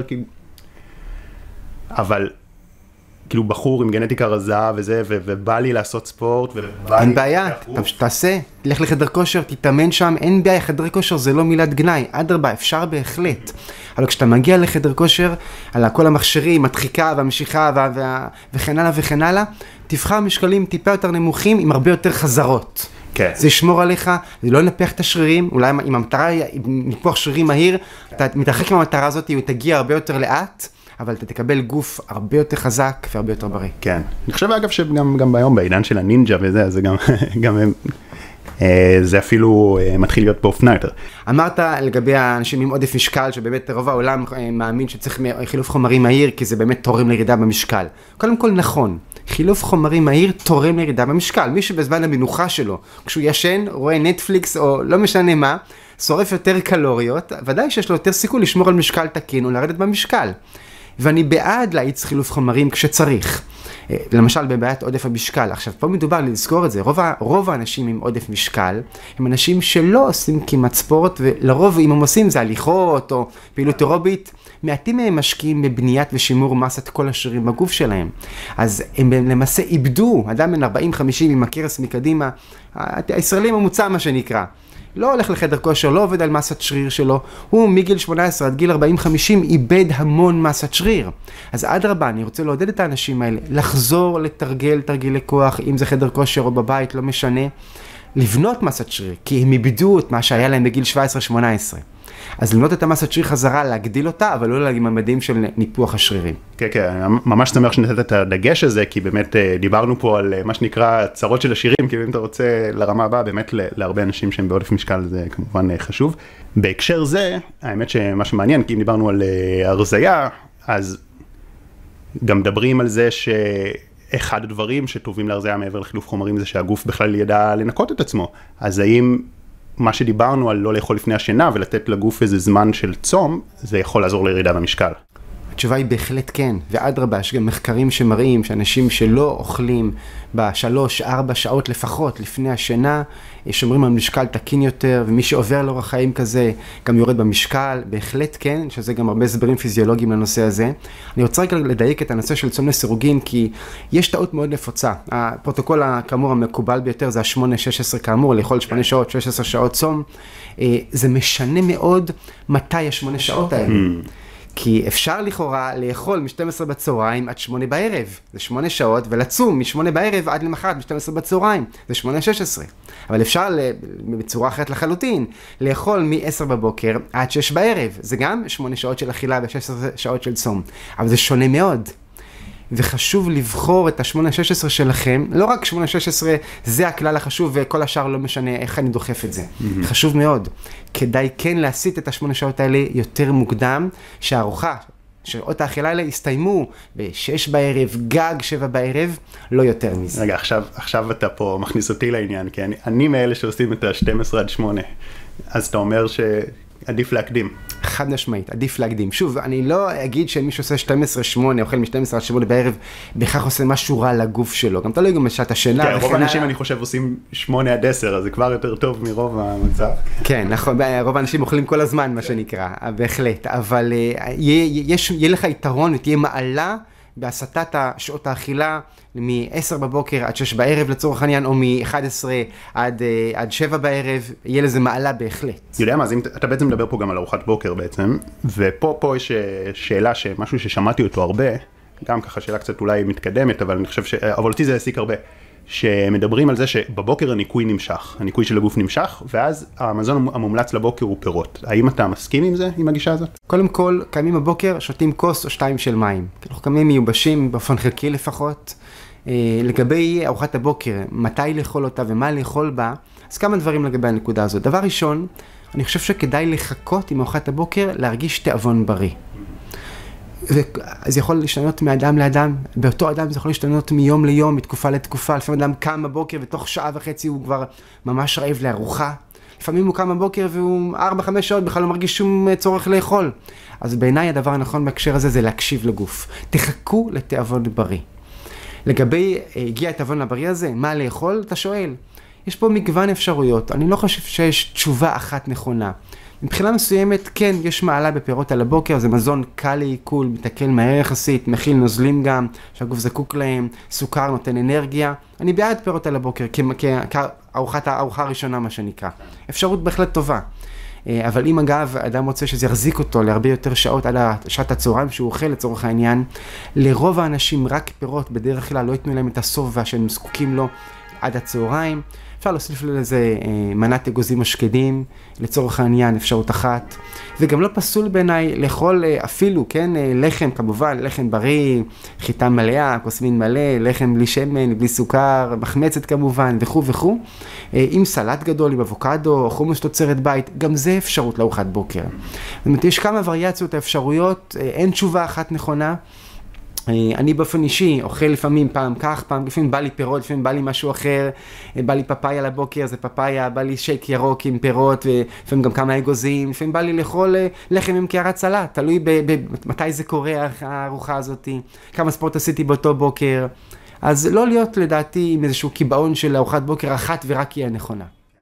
אבל כאילו בחור עם גנטיקה רזה וזה, ובא לי לעשות ספורט, אין בעיה, תעשה, לך לחדר כושר, תתאמן שם, אין בעיה, חדר כושר זה לא מילת גנאי, אדרבה, אפשר בהחלט. אבל כשאתה מגיע לחדר כושר, על כל המכשירים, הדחיקה והמשיכה וכן הלאה וכן הלאה, תבחר משקלים טיפה יותר נמוכים עם הרבה יותר חזרות. כן. זה ישמור עליך, זה לא לנפח את השרירים, אולי אם המטרה היא ניפוח שרירים מהיר, אתה מתרחק מהמטרה הזאת, הוא תגיע הרבה יותר לאט, אבל אתה תקבל גוף הרבה יותר חזק והרבה יותר בריא. כן. אני חושב אגב שגם ביום, בעידן של הנינג'ה וזה, זה גם זה אפילו מתחיל להיות באופנה יותר. אמרת לגבי האנשים עם עודף משקל, שבאמת רוב העולם מאמין שצריך חילוף חומרים מהיר, כי זה באמת תורם לירידה במשקל. קודם כל נכון, חילוף חומרים מהיר תורם לירידה במשקל. מי שבזמן המנוחה שלו, כשהוא ישן, רואה נטפליקס או לא משנה מה, שורף יותר קלוריות, ודאי שיש לו יותר סיכוי לשמור על משקל תקין או לרדת במשקל. ואני בעד להאיץ חילוף חומרים כשצריך. למשל בבעיית עודף המשקל. עכשיו, פה מדובר לזכור את זה. רוב האנשים עם עודף משקל הם אנשים שלא עושים כמעט ספורט, ולרוב אם הם עושים זה הליכות או פעילות אירובית, מעטים מהם משקיעים בבניית ושימור מסת כל השרירים בגוף שלהם. אז הם למעשה איבדו, אדם בן 40-50 עם הקרס מקדימה, הישראלי ממוצע מה שנקרא. לא הולך לחדר כושר, לא עובד על מסת שריר שלו, הוא מגיל 18 עד גיל 40-50 איבד המון מסת שריר. אז אדרבה, אני רוצה לעודד את האנשים האלה, לחזור לתרגל תרגילי כוח, אם זה חדר כושר או בבית, לא משנה, לבנות מסת שריר, כי הם איבדו את מה שהיה להם בגיל 17-18. אז לבנות את המסת שריר חזרה, להגדיל אותה, אבל לא לממדים של ניפוח השרירים. כן, כן, ממש שמח שנתת את הדגש הזה, כי באמת דיברנו פה על מה שנקרא צרות של השירים, כי אם אתה רוצה לרמה הבאה, באמת להרבה אנשים שהם בעודף משקל זה כמובן חשוב. בהקשר זה, האמת שמה שמעניין, כי אם דיברנו על הרזיה, אז גם מדברים על זה שאחד הדברים שטובים להרזיה מעבר לחילוף חומרים, זה שהגוף בכלל ידע לנקות את עצמו. אז האם מה שדיברנו על לא לאכול לפני השינה ולתת לגוף איזה זמן של צום, זה יכול לעזור לירידה במשקל. התשובה היא בהחלט כן, ואדרבה, יש גם מחקרים שמראים שאנשים שלא אוכלים ב3-4 שעות לפחות לפני השינה, שומרים על משקל תקין יותר, ומי שעובר לאורח חיים כזה גם יורד במשקל, בהחלט כן, שזה גם הרבה הסברים פיזיולוגיים לנושא הזה. אני רוצה רגע לדייק את הנושא של צום לסירוגין, כי יש טעות מאוד נפוצה. הפרוטוקול כאמור המקובל ביותר זה ה-8-16 כאמור, לאכול 8 שעות, 16 שעות צום. זה משנה מאוד מתי ה-8 שעות האלה. כי אפשר לכאורה לאכול מ-12 בצהריים עד 8 בערב, זה 8 שעות, ולצום מ-8 בערב עד למחרת מ-12 בצהריים, זה 8-16. אבל אפשר בצורה אחרת לחלוטין, לאכול מ-10 בבוקר עד 6 בערב, זה גם 8 שעות של אכילה ו-16 שעות של צום, אבל זה שונה מאוד. וחשוב לבחור את ה-8-16 שלכם, לא רק 8-16 זה הכלל החשוב וכל השאר לא משנה איך אני דוחף את זה. חשוב מאוד. כדאי כן להסיט את ה-8 שעות האלה יותר מוקדם, שהארוחה, שעות האכילה האלה יסתיימו ב-6 בערב, גג 7 בערב, לא יותר מזה. רגע, עכשיו אתה פה מכניס אותי לעניין, כי אני מאלה שעושים את ה-12 עד 8, אז אתה אומר שעדיף להקדים. חד משמעית, עדיף להקדים. שוב, אני לא אגיד שמי שעושה 12-8, אוכל מ-12 עד 8 בערב, בכך עושה משהו רע לגוף שלו. גם תלוי גם בשעת השינה. כן, רוב האנשים אני חושב עושים 8 עד 10, אז זה כבר יותר טוב מרוב המצב. כן, נכון, רוב האנשים אוכלים כל הזמן, מה שנקרא, בהחלט. אבל יהיה לך יתרון ותהיה מעלה בהסטת שעות האכילה מ-10 בבוקר עד 6 בערב לצורך העניין, או מ-11 עד 7 בערב, יהיה לזה מעלה בהחלט. יודע מה, אז אתה בעצם מדבר פה גם על ארוחת בוקר בעצם, ופה יש שאלה משהו ששמעתי אותו הרבה, גם ככה שאלה קצת אולי מתקדמת, אבל אני חושב אבל אותי זה העסיק הרבה, שמדברים על זה שבבוקר הניקוי של הגוף נמשך, ואז המזון המומלץ לבוקר הוא פירות. האם אתה מסכים עם זה, עם הגישה הזאת? קודם כל, קמים בבוקר, שותים כוס או 2 של מים. אנחנו קמים מיובשים, באופן חלקי לפחות. לגבי ארוחת הבוקר, מתי לאכול אותה ומה לאכול בה, אז כמה דברים לגבי הנקודה הזאת. דבר ראשון, אני חושב שכדאי לחכות עם ארוחת הבוקר להרגיש תיאבון בריא. זה יכול להשתנות מאדם לאדם, באותו אדם זה יכול להשתנות מיום ליום, מתקופה לתקופה, לפעמים אדם קם בבוקר ותוך שעה וחצי הוא כבר ממש רעב לארוחה, לפעמים הוא קם בבוקר והוא 4-5 שעות בכלל לא מרגיש שום צורך לאכול. אז בעיניי הדבר הנכון בהקשר הזה זה להקשיב לגוף, תחכו לתיאבון בריא. לגבי הגיע התיאבון הבריא הזה, מה לאכול? אתה שואל. יש פה מגוון אפשרויות, אני לא חושב שיש תשובה אחת נכונה. מבחינה מסוימת, כן, יש מעלה בפירות על הבוקר, זה מזון קל לעיכול, מתעכל מהר יחסית, מכיל נוזלים גם, שהגוף זקוק להם, סוכר נותן אנרגיה. אני בעד פירות על הבוקר, כארוחה הראשונה מה שנקרא. אפשרות בהחלט טובה. אבל אם אגב, אדם רוצה שזה יחזיק אותו להרבה יותר שעות עד שעת הצהריים שהוא אוכל לצורך העניין, לרוב האנשים רק פירות בדרך כלל לא ייתנו להם את הסובה שהם זקוקים לו עד הצהריים. אפשר להוסיף לזה מנת אגוזים משקדים, לצורך העניין אפשרות אחת. וגם לא פסול בעיניי לאכול אפילו, כן, לחם כמובן, לחם בריא, חיטה מלאה, קוסמין מלא, לחם בלי שמן, בלי סוכר, מחמצת כמובן, וכו' וכו'. עם סלט גדול, עם אבוקדו, חומוס תוצרת בית, גם זה אפשרות לארוחת בוקר. זאת אומרת, יש כמה וריאציות האפשרויות, אין תשובה אחת נכונה. אני באופן אישי אוכל לפעמים פעם כך, לפעמים בא לי פירות, לפעמים בא לי משהו אחר, בא לי פפאיה לבוקר, זה פפאיה, בא לי שייק ירוק עם פירות, לפעמים גם כמה אגוזים, לפעמים בא לי לאכול לחם עם קערת סלט, תלוי מתי זה קורה הארוחה הזאת, כמה ספורט עשיתי באותו בוקר, אז לא להיות לדעתי עם איזשהו קיבעון של ארוחת בוקר אחת ורק היא הנכונה.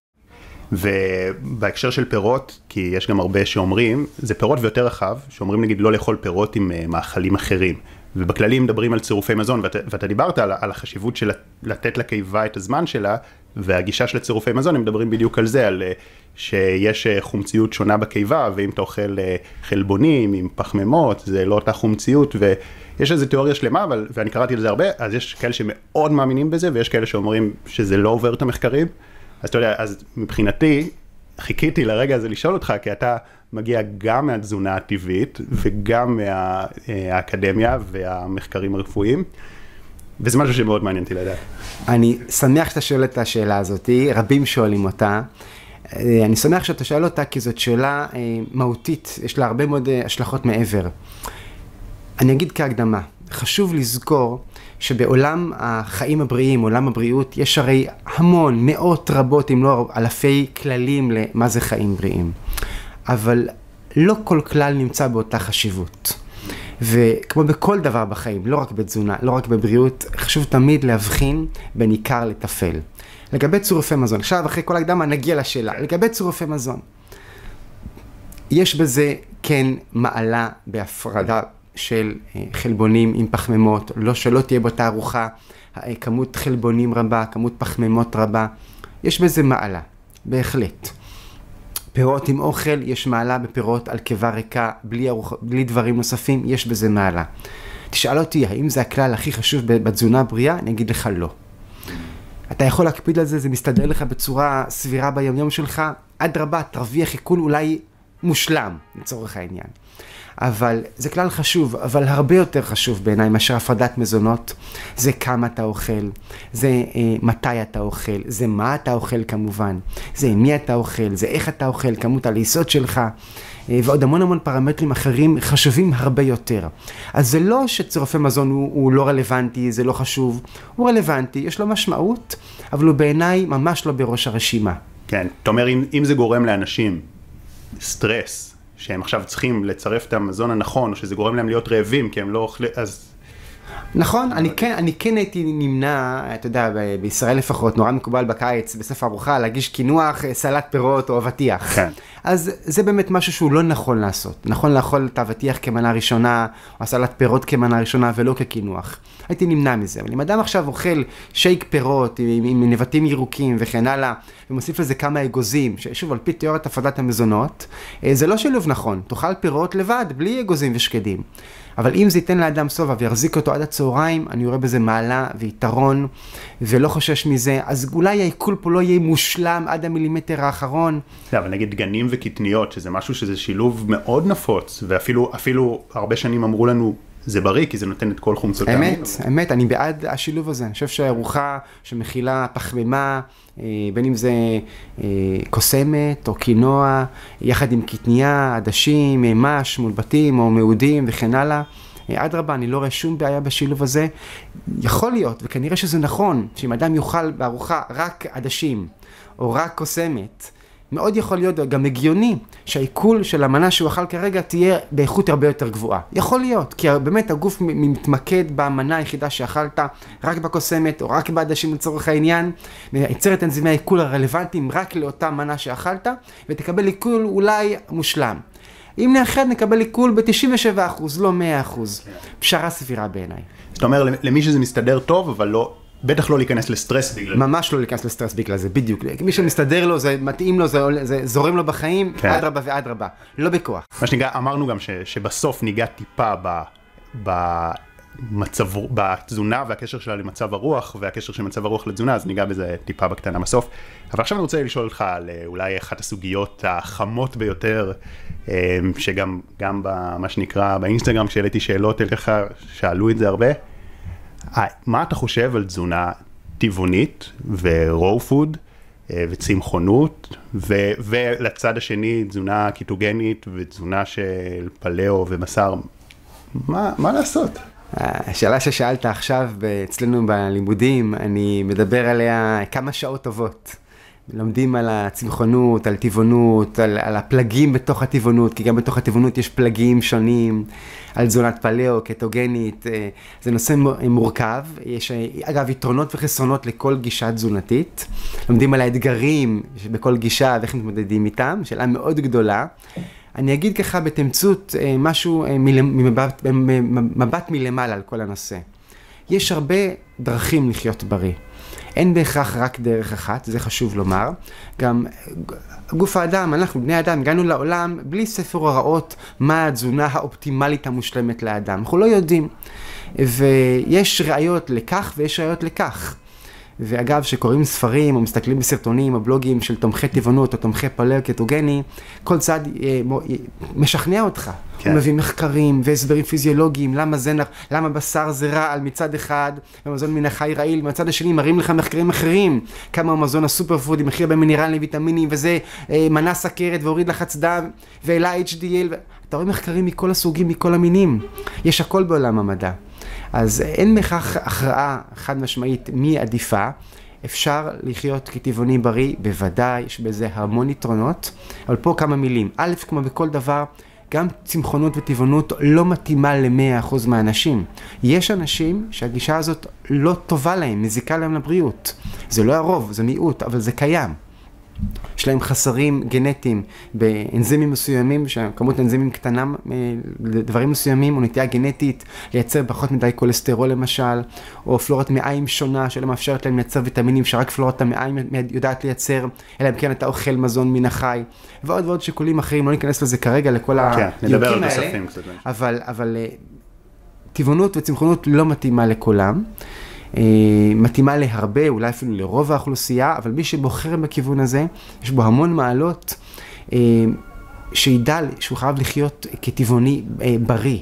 ובהקשר של פירות, כי יש גם הרבה שאומרים, זה פירות ויותר רחב, שאומרים נגיד לא לאכול פירות עם מאכלים אחרים. ובכללי מדברים על צירופי מזון, ואתה דיברת על החשיבות של לתת לקיבה את הזמן שלה, והגישה של צירופי מזון, הם מדברים בדיוק על זה, על שיש חומציות שונה בקיבה, ואם אתה אוכל חלבונים עם פחמימות, זה לא אותה חומציות, ויש איזו תיאוריה שלמה, ואני קראתי על זה הרבה, אז יש כאלה שמאוד מאמינים בזה, ויש כאלה שאומרים שזה לא עובר את המחקרים, אז אתה יודע, אז מבחינתי, חיכיתי לרגע הזה לשאול אותך, כי אתה מגיע גם מהתזונה הטבעית, וגם מהאקדמיה והמחקרים הרפואיים, וזה משהו שמאוד מעניין אותי לדעת. אני שמח שאתה שואל את השאלה הזאת, רבים שואלים אותה. אני שמח שאתה שואל אותה, כי זאת שאלה מהותית, יש לה הרבה מאוד השלכות מעבר. אני אגיד כהקדמה, חשוב לזכור שבעולם החיים הבריאים, עולם הבריאות, יש הרי המון, מאות רבות, אם לא אלפי כללים למה זה חיים בריאים. אבל לא כל כלל נמצא באותה חשיבות. וכמו בכל דבר בחיים, לא רק בתזונה, לא רק בבריאות, חשוב תמיד להבחין בין עיקר לטפל. לגבי צירופי מזון, עכשיו אחרי כל הקדמה נגיע לשאלה, לגבי צירופי מזון. יש בזה כן מעלה בהפרדה של חלבונים עם פחמימות, לא שלא תהיה באותה ארוחה, כמות חלבונים רבה, כמות פחמימות רבה, יש בזה מעלה, בהחלט. פירות עם אוכל, יש מעלה בפירות על קיבה ריקה, בלי דברים נוספים, יש בזה מעלה. תשאל אותי, האם זה הכלל הכי חשוב בתזונה הבריאה? אני אגיד לך לא. אתה יכול להקפיד על זה, זה מסתדר לך בצורה סבירה ביום יום שלך, עד רבה, תרוויח עיכול אולי מושלם, לצורך העניין. אבל זה כלל חשוב, אבל הרבה יותר חשוב בעיניי מאשר הפרדת מזונות. זה כמה אתה אוכל, זה מתי אתה אוכל, זה מה אתה אוכל כמובן, זה עם מי אתה אוכל, זה איך אתה אוכל, כמות הלעיסות שלך, ועוד המון המון פרמטרים אחרים חשובים הרבה יותר. אז זה לא שצירופי מזון הוא לא רלוונטי, זה לא חשוב, הוא רלוונטי, יש לו משמעות, אבל הוא בעיניי ממש לא בראש הרשימה. כן, אתה אומר, אם זה גורם לאנשים סטרס, שהם עכשיו צריכים לצרף את המזון הנכון, או שזה גורם להם להיות רעבים, כי הם לא אוכלים, אז... נכון, אני כן הייתי נמנע, אתה יודע, בישראל לפחות, נורא מקובל בקיץ, בסוף ארוחה, להגיש קינוח, סלט פירות או אבטיח. כן. אז זה באמת משהו שהוא לא נכון לעשות. נכון לאכול את האבטיח כמנה ראשונה, או סלט פירות כמנה ראשונה, ולא כקינוח. הייתי נמנע מזה. אבל אם אדם עכשיו אוכל שייק פירות, עם נבטים ירוקים וכן הלאה, ומוסיף לזה כמה אגוזים, ששוב, על פי תיאוריית הפרדת המזונות, זה לא שילוב נכון. תאכל פירות לבד, בלי אגוזים ושקדים. אבל אם זה ייתן לאדם סובה ויחזיק אותו עד הצהריים, אני רואה בזה מעלה ויתרון, ולא חושש מזה, אז אולי העיכול פה לא יהיה מושלם עד המילימטר האחרון. אבל נגיד גנים וקטניות, שזה משהו שזה שילוב מאוד נפוץ, ואפילו הרבה שנים אמרו לנו, זה בריא, כי זה נותן את כל חומצות האמינו. אמת, אני בעד השילוב הזה. אני חושב שהארוחה שמכילה פחמימה, בין אם זה קוסמת או קינוע, יחד עם קטניה, עדשים, מש, מולבטים או מעודים וכן הלאה, עד רבה, אני לא רואה שום בעיה בשילוב הזה. יכול להיות, וכנראה שזה נכון, שאם אדם יאכל בארוחה רק עדשים או רק קוסמת, מאוד יכול להיות גם הגיוני שהעיכול של המנה שהוא אכל כרגע תהיה באיכות הרבה יותר גבוהה. יכול להיות, כי באמת הגוף מתמקד במנה היחידה שאכלת רק בקוסמת או רק בעדשים לצורך העניין, ויצר את אנזימי העיכול הרלוונטיים רק לאותה מנה שאכלת, ותקבל עיכול אולי מושלם. אם נאחד נקבל עיכול ב-97%, לא 100%. פשרה סבירה בעיניי. זאת אומרת, למי שזה מסתדר טוב, אבל לא... בטח לא להיכנס לסטרס בגלל זה. ממש לא להיכנס לסטרס בגלל זה, בדיוק. מי שמסתדר לו, זה מתאים לו, זה זורם לו בחיים, עד רבה ועד רבה. לא בכוח. מה שניגע, אמרנו גם שבסוף ניגע טיפה בתזונה והקשר שלה למצב הרוח, והקשר של מצב הרוח לתזונה, אז ניגע בזה טיפה בקטנה בסוף. אבל עכשיו אני רוצה לשאול אותך על אולי אחת הסוגיות החמות ביותר, שגם במה שנקרא באינסטגרם, כשהעליתי שאלות אליך, שאלו את זה הרבה. מה אתה חושב על תזונה טבעונית ו-raw food וצמחונות, ולצד השני תזונה קיטוגנית ותזונה של פלאו ובשר? מה לעשות? השאלה ששאלת עכשיו אצלנו בלימודים, אני מדבר עליה כמה שעות טובות. לומדים על הצמחונות, על טבעונות, על הפלגים בתוך הטבעונות, כי גם בתוך הטבעונות יש פלגים שונים, על תזונת פלאו, קטוגנית, זה נושא מורכב, יש אגב יתרונות וחסרונות לכל גישה תזונתית, לומדים על האתגרים בכל גישה ואיך מתמודדים איתם, שאלה מאוד גדולה. אני אגיד ככה בתמצות משהו מבט מלמעלה על כל הנושא. יש הרבה דרכים לחיות בריא. אין בהכרח רק דרך אחת, זה חשוב לומר. גם גוף האדם, אנחנו בני האדם, הגענו לעולם בלי ספר הוראות מה התזונה האופטימלית המושלמת לאדם. אנחנו לא יודעים. ויש ראיות לכך ויש ראיות לכך. ואגב, שקוראים ספרים או מסתכלים בסרטונים או בלוגים של תומכי טבעונות או תומכי פלאו קטוגני, כל צד משכנע אותך. כן. הוא מביא מחקרים והסברים פיזיולוגיים, למה בשר זה רע על מצד אחד, ומזון מן החי רעיל, מצד השני מראים לך מחקרים אחרים, כמה המזון הסופר פוד עם הכי הרבה מינרלים ויטמינים, וזה מנה סכרת והוריד לחץ דם, ואלה HDL, אתה רואה מחקרים מכל הסוגים, מכל המינים. יש הכל בעולם המדע. אז אין בכך הכרעה חד משמעית מי עדיפה, אפשר לחיות כטבעוני בריא, בוודאי, יש בזה המון יתרונות, אבל פה כמה מילים. א', כמו בכל דבר, גם צמחונות וטבעונות לא מתאימה ל-100% מהאנשים. יש אנשים שהגישה הזאת לא טובה להם, מזיקה להם לבריאות. זה לא הרוב, זה מיעוט, אבל זה קיים. יש להם חסרים גנטיים באנזימים מסוימים, שכמות אנזימים קטנה לדברים מסוימים, או נטייה גנטית לייצר פחות מדי כולסטרול למשל, או פלורת מעיים שונה שלא מאפשרת להם לייצר ויטמינים שרק פלורת המעיים יודעת לייצר, אלא אם כן אתה אוכל מזון מן החי, ועוד ועוד שיקולים אחרים, לא ניכנס לזה כרגע לכל הדיוקים האלה, אבל טבעונות וצמחונות לא מתאימה לכולם. מתאימה להרבה, אולי אפילו לרוב האוכלוסייה, אבל מי שבוחר בכיוון הזה, יש בו המון מעלות, שידע שהוא חייב לחיות כטבעוני בריא,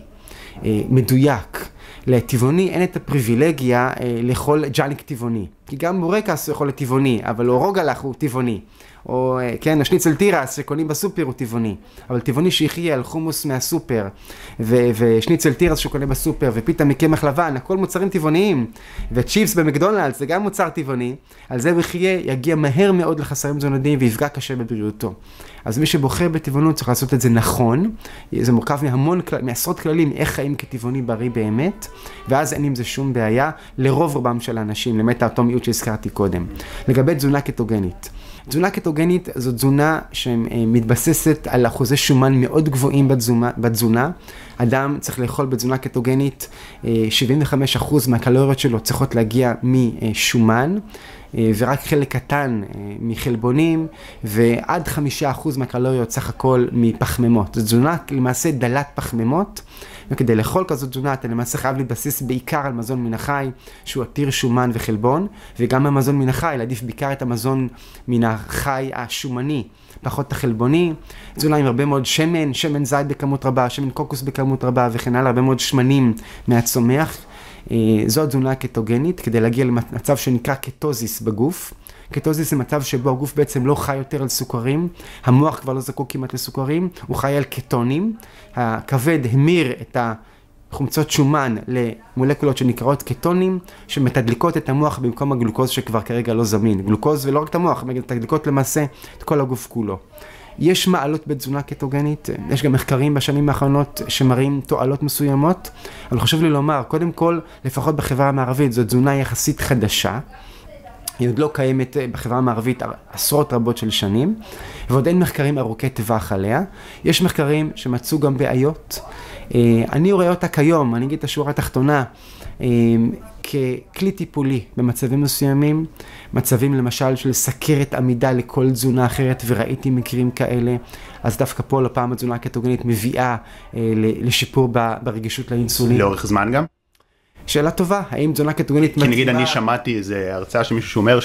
מדויק. לטבעוני אין את הפריבילגיה לאכול ג'אנק טבעוני, כי גם בורקס הוא יכול להיות טבעוני, אבל או רוגלח הוא טבעוני, או כן, השניצל תירס שקונים בסופר הוא טבעוני, אבל טבעוני שיחיה על חומוס מהסופר, ושניצל תירס שקונה בסופר, ופיתה מקמח לבן, הכל מוצרים טבעוניים, וצ'יפס במקדונלדס זה גם מוצר טבעוני, על זה ויחיה יגיע מהר מאוד לחסרים תזונתיים ויפגע קשה בבריאותו. אז מי שבוחר בטבעונות צריך לעשות את זה נכון, זה מורכב מעשרות כללים איך חיים כטבעוני בריא באמת, ואז אין עם זה שום בעיה לרוב רובם של האנשים, למעט אותו מיעוט שהזכרתי קודם. לגבי תזונה קטוגנית. תזונה קטוגנית זו תזונה שמתבססת על אחוזי שומן מאוד גבוהים בתזונה. אדם צריך לאכול בתזונה קטוגנית, 75% מהקלוריות שלו צריכות להגיע משומן, ורק חלק קטן מחלבונים, ועד 5% מהקלוריות סך הכל מפחמימות. זו תזונה למעשה דלת פחמימות, וכדי לאכול כזאת תזונה אתה למעשה חייב להתבסס בעיקר על מזון מן החי, שהוא עתיר שומן וחלבון, וגם המזון מן החי, להעדיף בעיקר את המזון מן החי השומני, פחות החלבוני, תזונה עם הרבה מאוד שמן, שמן זית בכמות רבה, שמן קוקוס בכמות רבה, וכן הלאה, הרבה מאוד שמנים מהצומח. זו תזונה קטוגנית, כדי להגיע למצב שנקרא קטוזיס בגוף. קטוזיס זה מצב שבו הגוף בעצם לא חי יותר על סוכרים, המוח כבר לא זקוק כמעט לסוכרים, הוא חי על קטונים, הכבד המיר את החומצות שומן למולקולות שנקראות קטונים, שמתדליקות את המוח במקום הגלוקוז שכבר כרגע לא זמין. גלוקוז ולא רק את המוח, מתדליקות למעשה את כל הגוף כולו. יש מעלות בתזונה קטוגנית, יש גם מחקרים בשנים האחרונות שמראים תועלות מסוימות, אבל חשוב לי לומר, קודם כל, לפחות בחברה המערבית, זו תזונה יחסית חדשה, היא עוד לא קיימת בחברה המערבית עשרות רבות של שנים, ועוד אין מחקרים ארוכי טווח עליה. יש מחקרים שמצאו גם בעיות. אני רואה אותה כיום, אני אגיד את השורה התחתונה, ככלי טיפולי במצבים מסוימים, מצבים למשל של סכרת עמידה לכל תזונה אחרת, וראיתי מקרים כאלה, אז דווקא פה לפעם התזונה הקטוגנית מביאה לשיפור ברגישות לאינסולין. לאורך זמן גם? שאלה טובה, האם תזונה קטוגנית מתאימה? כי נגיד אני שמעתי איזה הרצאה של מישהו שאומר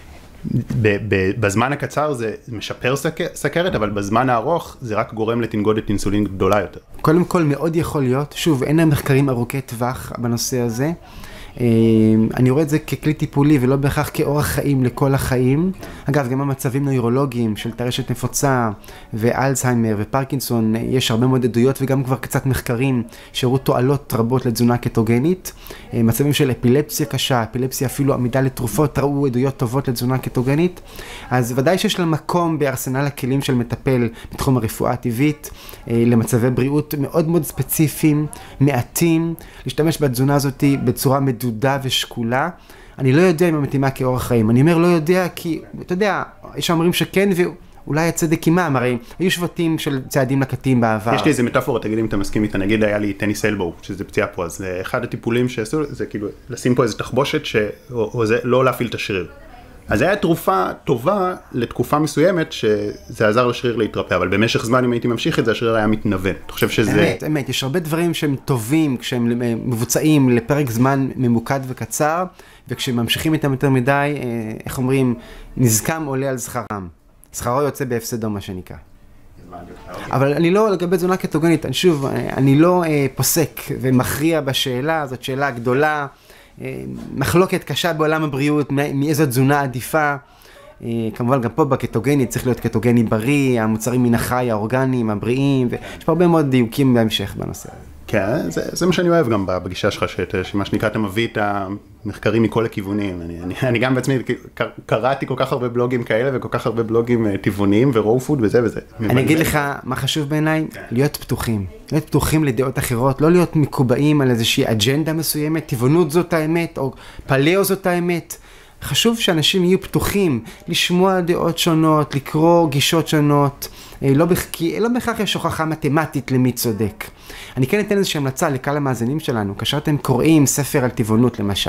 שבזמן הקצר זה משפר סכרת, אבל בזמן הארוך זה רק גורם לתנגודת אינסולין גדולה יותר. קודם כל מאוד יכול להיות, שוב אין מחקרים ארוכי טווח בנושא הזה, אני רואה את זה ככלי טיפולי ולא בהכרח כאורח חיים לכל החיים. אגב, גם המצבים נוירולוגיים של טרשת נפוצה ואלצהיימר ופרקינסון, יש הרבה מאוד עדויות וגם כבר קצת מחקרים שהראו תועלות רבות לתזונה קטוגנית. מצבים של אפילפסיה קשה, אפילפסיה אפילו עמידה לתרופות, ראו עדויות טובות לתזונה קטוגנית. אז ודאי שיש לה מקום בארסנל הכלים של מטפל בתחום הרפואה הטבעית, למצבי בריאות מאוד מאוד ספציפיים, מעטים, להשתמש בתזונה הזאת בצורה מדודה ושקולה. אני לא יודע אם היא מתאימה כאורח חיים. אני אומר לא יודע כי, אתה יודע, יש אומרים שכן ואולי הצדק עימם, הרי היו שבטים של צעדים לקטים בעבר. יש לי איזה מטאפורה, תגיד אם אתה מסכים איתה, נגיד היה לי טניס אלבו, שזה פציעה פה, אז אחד הטיפולים שעשו, זה כאילו לשים פה איזה תחבושת, או זה לא להפעיל את השריר. אז זה היה תרופה טובה לתקופה מסוימת שזה עזר לשריר להתרפא, אבל במשך זמן אם הייתי ממשיך את זה, השריר היה מתנוון. אתה חושב שזה... אמת, יש הרבה דברים שהם טובים כשהם מבוצעים לפרק זמן ממוקד וקצר, וכשממשיכים איתם יותר מדי, איך אומרים, נזקם עולה על שכרם. שכרו יוצא בהפסדו מה שנקרא. אבל אני לא, לגבי תזונה קטוגנית, אני לא פוסק ומכריע בשאלה, זאת שאלה גדולה, מחלוקת קשה בעולם הבריאות, מאיזו תזונה עדיפה. כמובן גם פה בקטוגנית צריך להיות קטוגני בריא, המוצרים מן החי, האורגניים, הבריאים, ויש פה הרבה מאוד דיוקים בהמשך בנושא הזה. כן, זה מה שאני אוהב גם בגישה שלך, שמה שנקרא, אתה מביא את המחקרים מכל הכיוונים. אני גם בעצמי קראתי כל כך הרבה בלוגים כאלה, וכל כך הרבה בלוגים טבעוניים ורואו פוד וזה. אני אגיד לך מה חשוב בעיניי, להיות פתוחים. להיות פתוחים לדעות אחרות, לא להיות מקובעים על איזושהי אג'נדה מסוימת, טבעונות זאת האמת, או פלאו זאת האמת. חשוב שאנשים יהיו פתוחים, לשמוע דעות שונות, לקרוא גישות שונות, לא בהכרח יש הוכחה מתמטית למי צודק. אני כן אתן איזושהי המלצה לקהל המאזינים שלנו, כאשר אתם קוראים ספר על טבעונות למשל.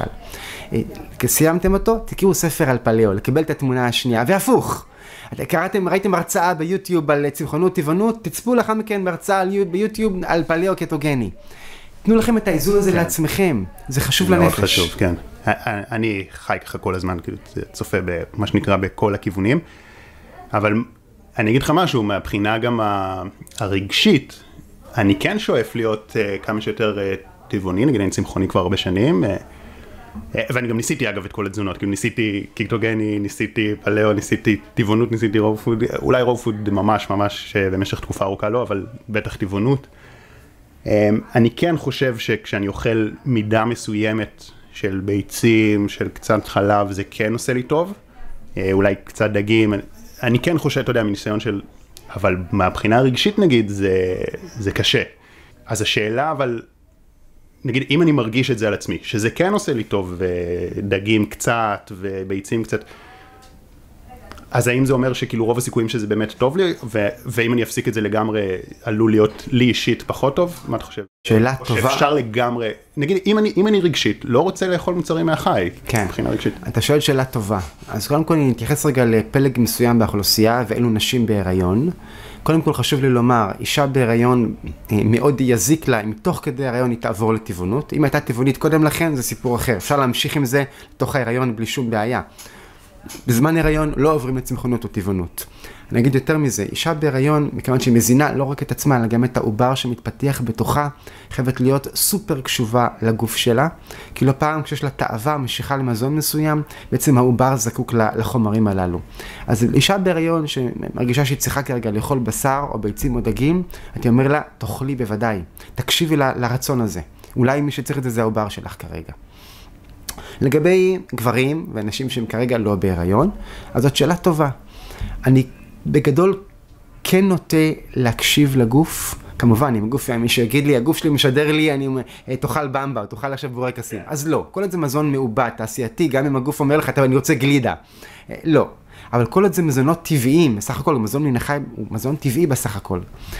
סיימתם אותו, תקראו ספר על פלאו, לקבל את התמונה השנייה, והפוך. ראיתם הרצאה ביוטיוב על צמחונות טבעונות, תצפו לאחר מכן בהרצאה ביוטיוב על פלאו קטוגני. תנו לכם את האיזון הזה לעצמכם, זה חשוב לנפש. מאוד חשוב, כן. אני חי ככה כל הזמן, צופה במה שנקרא בכל הכיוונים, אבל אני אגיד לך משהו, מהבחינה גם הרגשית, אני כן שואף להיות כמה שיותר טבעוני, נגיד אני צמחוני כבר הרבה שנים, ואני גם ניסיתי אגב את כל התזונות, כאילו ניסיתי קטוגני, ניסיתי פלאו, ניסיתי טבעונות, ניסיתי רואו פוד, אולי רואו פוד ממש במשך תקופה ארוכה לא, אבל בטח טבעונות. אני כן חושב שכשאני אוכל מידה מסוימת של ביצים, של קצת חלב, זה כן עושה לי טוב, אולי קצת דגים, אני כן חושב, אתה יודע, מניסיון של, אבל מהבחינה הרגשית נגיד, זה קשה. אז השאלה, אבל, נגיד, אם אני מרגיש את זה על עצמי, שזה כן עושה לי טוב, ודגים קצת, וביצים קצת, אז האם זה אומר שכאילו רוב הסיכויים שזה באמת טוב לי, ואם אני אפסיק את זה לגמרי, עלול להיות לי אישית פחות טוב? מה אתה חושב? שאלה טובה. שאפשר לגמרי, נגיד, אם אני רגשית, לא רוצה לאכול מוצרים מהחי, כן. מבחינה רגשית. אתה שואל שאלה טובה. אז קודם כל אני אתייחס רגע לפלג מסוים באוכלוסייה, ואלו נשים בהיריון. קודם כל חשוב לי לומר, אישה בהיריון מאוד יזיק לה, אם תוך כדי ההיריון היא תעבור לטבעונות. אם הייתה טבעונית קודם לכן, זה סיפור אחר. אפשר להמשיך עם זה לתוך ההיריון בלי שום בעיה. בזמן הריון לא עוברים לצמחונות או טבעונות. אני אגיד יותר מזה, אישה בהיריון, מכיוון שהיא מזינה לא רק את עצמה, אלא גם את העובר שמתפתח בתוכה, חייבת להיות סופר קשובה לגוף שלה, כי לא פעם כשיש לה תאווה, משיכה למזון מסוים, בעצם העובר זקוק לחומרים הללו. אז אישה בהיריון שמרגישה שהיא צריכה כרגע לאכול בשר או ביצים או דגים, אני אומר לה, תאכלי בוודאי, תקשיבי לרצון הזה. אולי מי שצריך את זה העובר שלך כרגע. לגבי גברים ואנשים שהם כרגע לא בהיריון, אז זאת שאלה טובה. אני בגדול כן נוטה להקשיב לגוף, כמובן, אם הגוף, מי שיגיד לי, הגוף שלי משדר לי, אני תאכל במבה, או תאכל עכשיו בורקסים. אז לא, כל עוד זה מזון מעובד, תעשייתי, גם אם הגוף אומר לך, אני רוצה גלידה. לא. אבל כל עוד זה מזונות טבעיים, בסך הכל, מזון מן החי הוא מזון טבעי בסך הכל.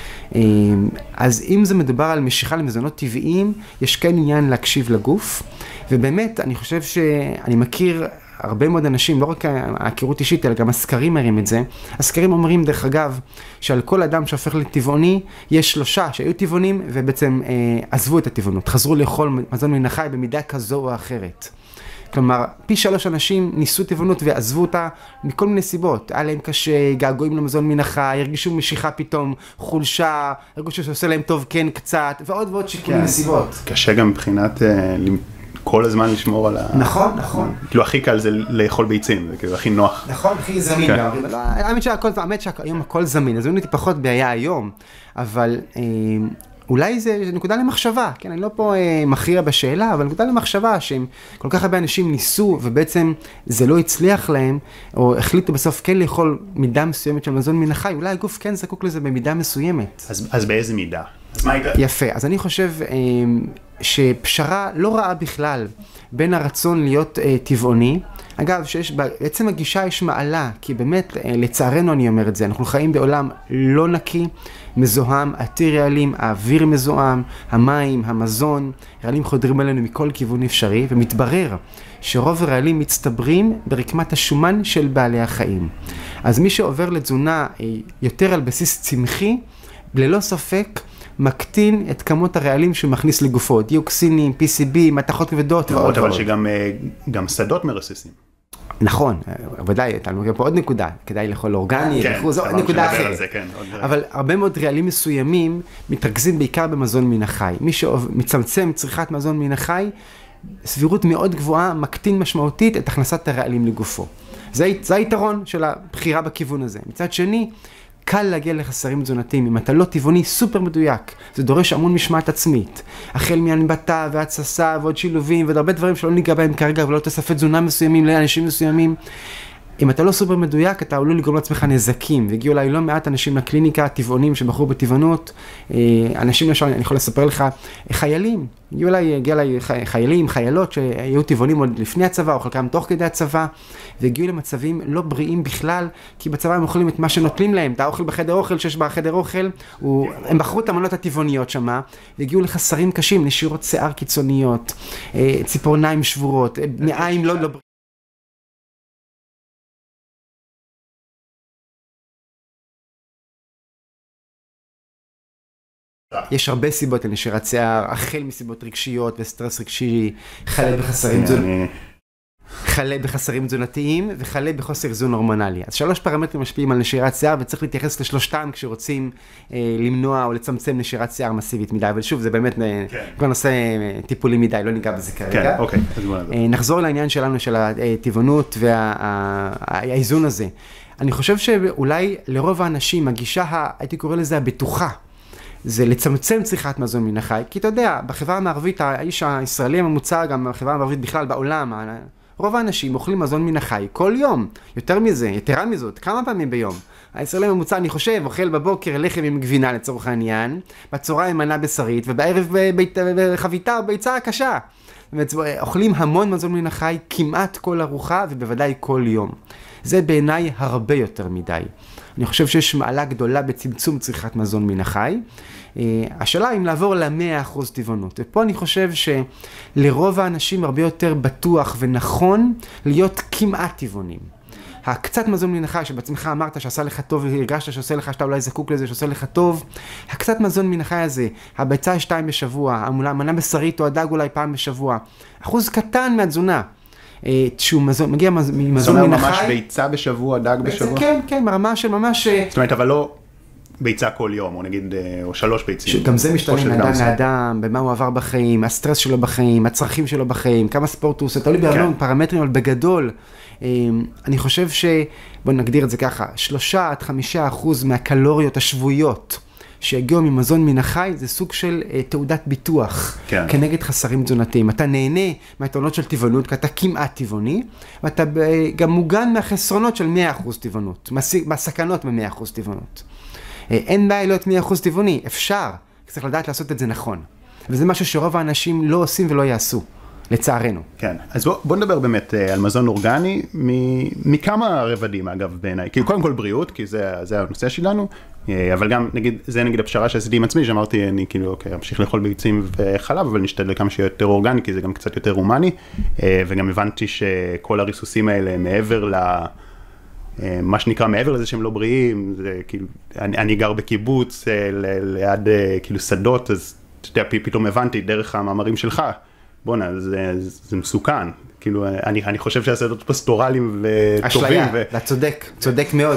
אז אם זה מדובר על משיכה למזונות טבעיים, יש כן עניין להקשיב לגוף, ובאמת אני חושב שאני מכיר הרבה מאוד אנשים, לא רק ההכירות אישית, אלא גם הסקרים מראים את זה. הסקרים אומרים דרך אגב, שעל כל אדם שהופך לטבעוני, יש 3 שהיו טבעונים ובעצם עזבו את הטבעונות, חזרו לאכול מזון מן החי במידה כזו או אחרת. כלומר, פי 3 אנשים ניסו טבעונות ועזבו אותה מכל מיני סיבות. היה להם קשה, געגועים למזון מן החי, הרגישו משיכה פתאום, חולשה, הרגישו שעושה להם טוב כן קצת, ועוד ועוד שיקולים נסיבות. קשה גם מבחינת כל הזמן לשמור על ה... נכון, נכון. כאילו הכי קל זה לאכול ביצים, זה כאילו הכי נוח. נכון, הכי זמין. האמת שהיום הכל זמין, אז הייתי פחות בעיה היום, אבל... אולי זה נקודה למחשבה, כן, אני לא פה מכריע בשאלה, אבל נקודה למחשבה שהם כל כך הרבה אנשים ניסו ובעצם זה לא הצליח להם, או החליטו בסוף כן לאכול מידה מסוימת של מזון מן החי, אולי הגוף כן זקוק לזה במידה מסוימת. אז באיזה מידה? אז מה הייתה? יפה, אז אני חושב שפשרה לא רעה בכלל בין הרצון להיות טבעוני, אגב, בעצם הגישה יש מעלה, כי באמת, לצערנו אני אומר את זה, אנחנו חיים בעולם לא נקי, מזוהם, עתיר רעלים, האוויר מזוהם, המים, המזון, רעלים חודרים אלינו מכל כיוון אפשרי, ומתברר שרוב הרעלים מצטברים ברקמת השומן של בעלי החיים. אז מי שעובר לתזונה יותר על בסיס צמחי, ללא ספק, מקטין את כמות הרעלים שהוא מכניס לגופו, דיוקסינים, PCB, מתכות כבדות ועוד. אבל שגם שדות מרססים. נכון, ודאי, אתה מגיע פה עוד נקודה, כדאי לאכול אורגני, זו נקודה אחרת. אבל הרבה מאוד רעלים מסוימים מתרכזים בעיקר במזון מן החי. מי שמצמצם צריכת מזון מן החי, סבירות מאוד גבוהה, מקטין משמעותית את הכנסת הרעלים לגופו. זה היתרון של הבחירה בכיוון הזה. מצד שני, קל להגיע לחסרים תזונתיים. אם אתה לא טבעוני סופר מדויק, זה דורש המון משמעת עצמית. החל מהנבטה והתססה ועוד שילובים ועוד הרבה דברים שלא ניגע בהם כרגע, ולא תוספי תזונה מסוימים לאנשים מסוימים. אם אתה לא סופר מדויק, אתה עלול לגרום לעצמך נזקים, והגיעו אליי לא מעט אנשים לקליניקה, טבעונים שבחרו בטבעונות, אנשים למשל, אני יכול לספר לך, חיילים, הגיעו אליי חיילים, חיילות שהיו טבעונים עוד לפני הצבא, או חלקם תוך כדי הצבא, והגיעו למצבים לא בריאים בכלל, כי בצבא הם אוכלים את מה שנוטלים להם, את האוכל בחדר אוכל, שיש בחדר אוכל, הם בחרו את המנות הטבעוניות שמה, והגיעו לחסרים קשים, נשירות שיער קיצוניות, ציפורניים שבורות, מעיים לא בריאים. יש הרבה סיבות לנשירת שיער, החל מסיבות רגשיות וסטרס רגשי, חלה בחסרים תזונתיים וחלה בחוסר איזון הורמונלי. אז 3 פרמטרים משפיעים על נשירת שיער, וצריך להתייחס לשלושתם כשרוצים למנוע או לצמצם נשירת שיער מסיבית מדי, אבל שוב, זה באמת כבר נושא טיפולי מדי, לא ניגע בזה כרגע. נחזור לעניין שלנו של הטבעונות והאיזון הזה. אני חושב שאולי לרוב האנשים, הגישה, הייתי קורא לזה הבטוחה, זה לצמצם צריכת מזון מן החי, כי אתה יודע, בחברה המערבית, האיש הישראלי הממוצע, גם בחברה המערבית בכלל בעולם, רוב האנשים אוכלים מזון מן החי כל יום, יותר מזה, יתרה מזאת, כמה פעמים ביום. הישראלי הממוצע, אני חושב, אוכל בבוקר לחם עם גבינה לצורך העניין, בצהריים מנה בשרית, ובערב חביתה או ביצה קשה. אוכלים המון מזון מן החי, כמעט כל ארוחה, ובוודאי כל יום. זה בעיניי הרבה יותר מדי. אני חושב שיש מעלה גדולה בצמצום צריכת מזון מן החי. השאלה אם לעבור ל100% טבעונות. ופה אני חושב שלרוב האנשים הרבה יותר בטוח ונכון להיות כמעט טבעונים. הקצת מזון מן החי שבעצמך אמרת שעשה לך טוב והרגשת שעושה לך, שאתה אולי זקוק לזה, שעושה לך טוב. הקצת מזון מן החי הזה, הביצה 2 בשבוע, המנה בשרית או הדג אולי פעם בשבוע. אחוז קטן מהתזונה. שהוא מגיע ממזון מן החי. ממש ביצה בשבוע, דג בשבוע? כן, ברמה של ממש... זאת אומרת, אבל לא ביצה כל יום, או נגיד, או 3 ביצים. גם זה משתנה מאדם לאדם, במה הוא עבר בחיים, הסטרס שלו בחיים, הצרכים שלו בחיים, כמה ספורט הוא עושה, תלוי בהרבה פרמטרים, אבל בגדול, אני חושב בוא נגדיר את זה ככה, 3-5% מהקלוריות השבועיות, שהגיעו ממזון מן החי, זה סוג של תעודת ביטוח, כנגד חסרים תזונתיים. אתה נהנה מהיתרונות של טבעונות, כי אתה כמעט טבעוני, ואתה גם מוגן מהחסרונות של 100% טבעונות, מהסכנות מ-100% טבעונות. אין בעיה להיות 100% טבעוני, אפשר, צריך לדעת לעשות את זה נכון. וזה משהו שרוב האנשים לא עושים ולא יעשו, לצערנו. כן, אז בוא נדבר באמת על מזון אורגני, מכמה רבדים אגב בעיניי, כי קודם כל בריאות, כי זה הנושא שלנו, אבל גם זה נגיד הפשרה שעשיתי עם עצמי, שאמרתי אני כאילו אוקיי, אמשיך לאכול ביצים וחלב, אבל נשתדל כמה שיהיה יותר אורגני, כי זה גם קצת יותר הומני, וגם הבנתי שכל הריסוסים האלה מעבר מה שנקרא מעבר לזה שהם לא בריאים, זה כאילו, אני גר בקיבוץ ליד כאילו שדות, אז אתה יודע, פתאום הבנתי דרך המאמרים שלך, בונה, זה מסוכן, כאילו, אני חושב שהשדות פסטורליים וטובים. אשליה, אתה צודק מאוד.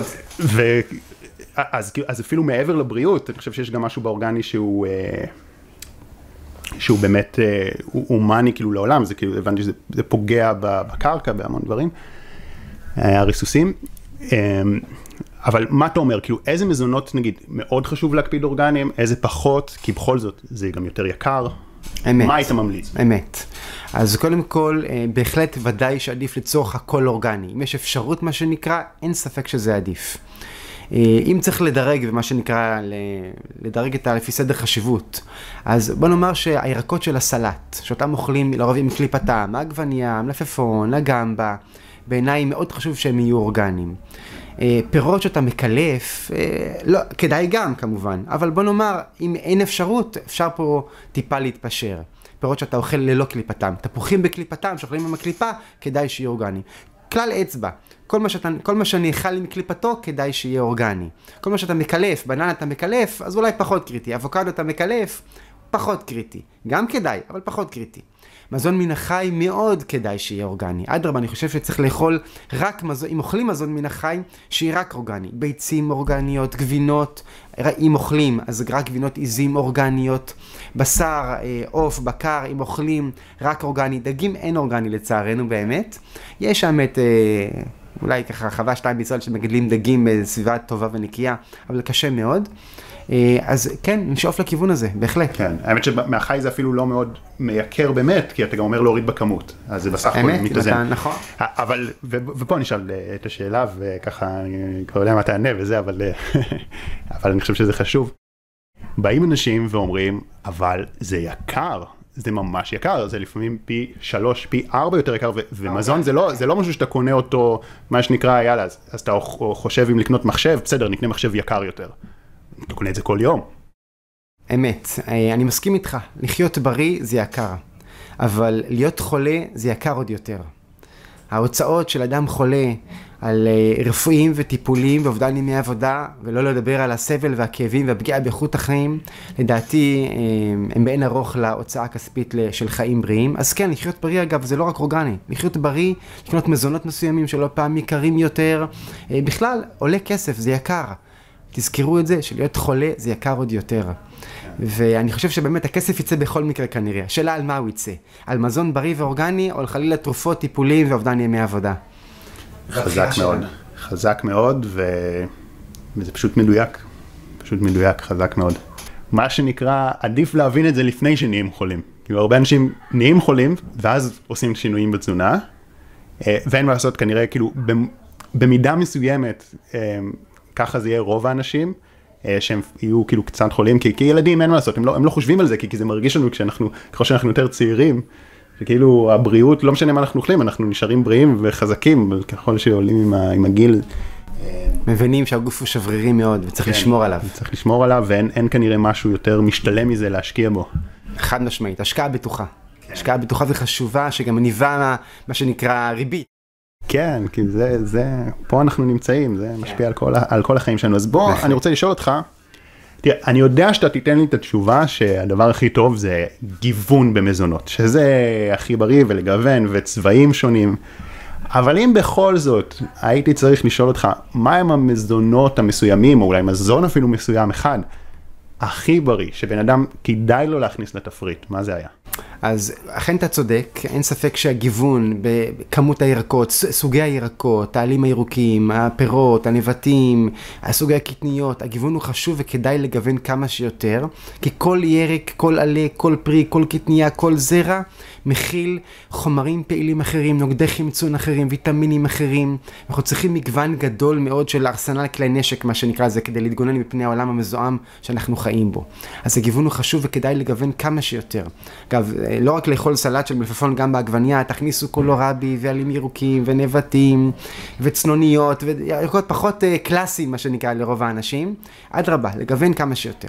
אז אפילו מעבר לבריאות, אני חושב שיש גם משהו באורגני שהוא באמת הומני כאילו לעולם, זה כאילו, הבנתי שזה פוגע בקרקע, בהמון דברים, הריסוסים. אבל מה אתה אומר, כאילו איזה מזונות נגיד מאוד חשוב להקפיד אורגניים, איזה פחות, כי בכל זאת זה גם יותר יקר, אמת. מה היית ממליץ? אמת. אז קודם כל, בהחלט ודאי שעדיף לצורך הכל אורגני. אם יש אפשרות מה שנקרא, אין ספק שזה עדיף. אם צריך לדרג, ומה שנקרא, לדרג את לפי סדר חשיבות, אז בוא נאמר שהירקות של הסלט, שאותם אוכלים לרוב עם קליפתם, העגבנייה, המלפפון, הגמבה, בעיניי מאוד חשוב שהם יהיו אורגניים. פירות שאתה מקלף, לא, כדאי גם כמובן, אבל בוא נאמר, אם אין אפשרות, אפשר פה טיפה להתפשר. פירות שאתה אוכל ללא קליפתם, תפוחים בקליפתם, שאוכלים עם הקליפה, כדאי שיהיה אורגני. כלל אצבע, כל מה שאני אכל עם קליפתו, כדאי שיהיה אורגני. כל מה שאתה מקלף, בננה אתה מקלף, אז אולי פחות קריטי. אבוקדו אתה מקלף, פחות קריטי. גם כדאי, אבל פחות קריטי. מזון מן החי מאוד כדאי שיהיה אורגני. אדרבה, אני חושב שצריך לאכול רק מזון, אם אוכלים מזון מן החי, שיהיה רק אורגני. ביצים אורגניות, גבינות, אם אוכלים, אז רק גבינות עיזים אורגניות, בשר, עוף, בקר, אם אוכלים, רק אורגני. דגים אין אורגני לצערנו באמת. יש שם את אולי ככה חווה 2 בישראל שמגדלים דגים בסביבה טובה ונקייה, אבל קשה מאוד. אז כן, נשאוף לכיוון הזה, בהחלט. כן, האמת שמהחי זה אפילו לא מאוד מייקר באמת, כי אתה גם אומר להוריד בכמות, אז זה בסך הכל מתאזן. אמת, נכון. אבל, ופה נשאל את השאלה, וככה אני כבר יודע מה תענה וזה, אבל אני חושב שזה חשוב. באים אנשים ואומרים, אבל זה יקר, זה ממש יקר, זה לפעמים פי 3, פי 4 יותר יקר, ומזון זה לא משהו שאתה קונה אותו, מה שנקרא, יאללה, אז אתה חושב אם לקנות מחשב, בסדר, נקנה מחשב יקר יותר. אתה קונה את זה כל יום. אמת, אני מסכים איתך, לחיות בריא זה יקר, אבל להיות חולה זה יקר עוד יותר. ההוצאות של אדם חולה על רפואיים וטיפולים ואובדן ימי עבודה, ולא לדבר על הסבל והכאבים והפגיעה באיכות החיים, לדעתי הם בעין ארוך להוצאה הכספית של חיים בריאים. אז כן, לחיות בריא אגב זה לא רק אורגני, לחיות בריא, לקנות מזונות מסוימים שלא פעם יקרים יותר, בכלל עולה כסף, זה יקר. תזכרו את זה, שלהיות חולה זה יקר עוד יותר. ואני חושב שבאמת הכסף יצא בכל מקרה כנראה. השאלה על מה הוא יצא? על מזון בריא ואורגני, או על חלילה תרופות, טיפולים ואובדן ימי עבודה? חזק מאוד. חזק מאוד, וזה פשוט מדויק. פשוט מדויק, חזק מאוד. מה שנקרא, עדיף להבין את זה לפני שנהיים חולים. כאילו, הרבה אנשים נהיים חולים, ואז עושים שינויים בתזונה, ואין מה לעשות כנראה, כאילו, במידה מסוימת, ככה זה יהיה רוב האנשים, שהם יהיו כאילו קצת חולים, כי ילדים אין מה לעשות, הם לא חושבים על זה, כי זה מרגיש לנו ככל שאנחנו יותר צעירים, שכאילו הבריאות, לא משנה מה אנחנו אוכלים, אנחנו נשארים בריאים וחזקים, ככל שעולים עם הגיל. מבינים שהגוף הוא שברירי מאוד, וצריך לשמור עליו. צריך לשמור עליו, ואין כנראה משהו יותר משתלם מזה להשקיע בו. חד משמעית, השקעה בטוחה. השקעה בטוחה וחשובה, שגם מניבה מה שנקרא ריבית. כן, כי פה אנחנו נמצאים, זה משפיע על כל החיים שלנו. אז בוא, אני רוצה לשאול אותך, תראה, אני יודע שאתה תיתן לי את התשובה שהדבר הכי טוב זה גיוון במזונות, שזה הכי בריא ולגוון וצבעים שונים, אבל אם בכל זאת הייתי צריך לשאול אותך, מה הם המזונות המסוימים, או אולי מזון אפילו מסוים אחד, הכי בריא, שבן אדם כדאי לו להכניס לתפריט, מה זה היה? אז אכן אתה צודק, אין ספק שהגיוון בכמות הירקות, סוגי הירקות, העלים הירוקים, הפירות, הנבטים, סוגי הקטניות, הגיוון הוא חשוב וכדאי לגוון כמה שיותר, כי כל ירק, כל עלה, כל פרי, כל קטניה, כל זרע, מכיל חומרים פעילים אחרים, נוגדי חמצון אחרים, ויטמינים אחרים. אנחנו צריכים מגוון גדול מאוד של ארסנל כלי נשק, מה שנקרא זה, כדי להתגונן מפני העולם המזוהם שאנחנו חיים בו. אז הגיוון הוא חשוב וכדאי לגוון כמה שיותר. אגב, לא רק לאכול סלט של מלפפון, גם בעגבניה, תכניסו קולורבי ועלים ירוקים ונבטים וצנוניות וירקות פחות קלאסיים, מה שנקרא לרוב האנשים. אדרבה, לגוון כמה שיותר.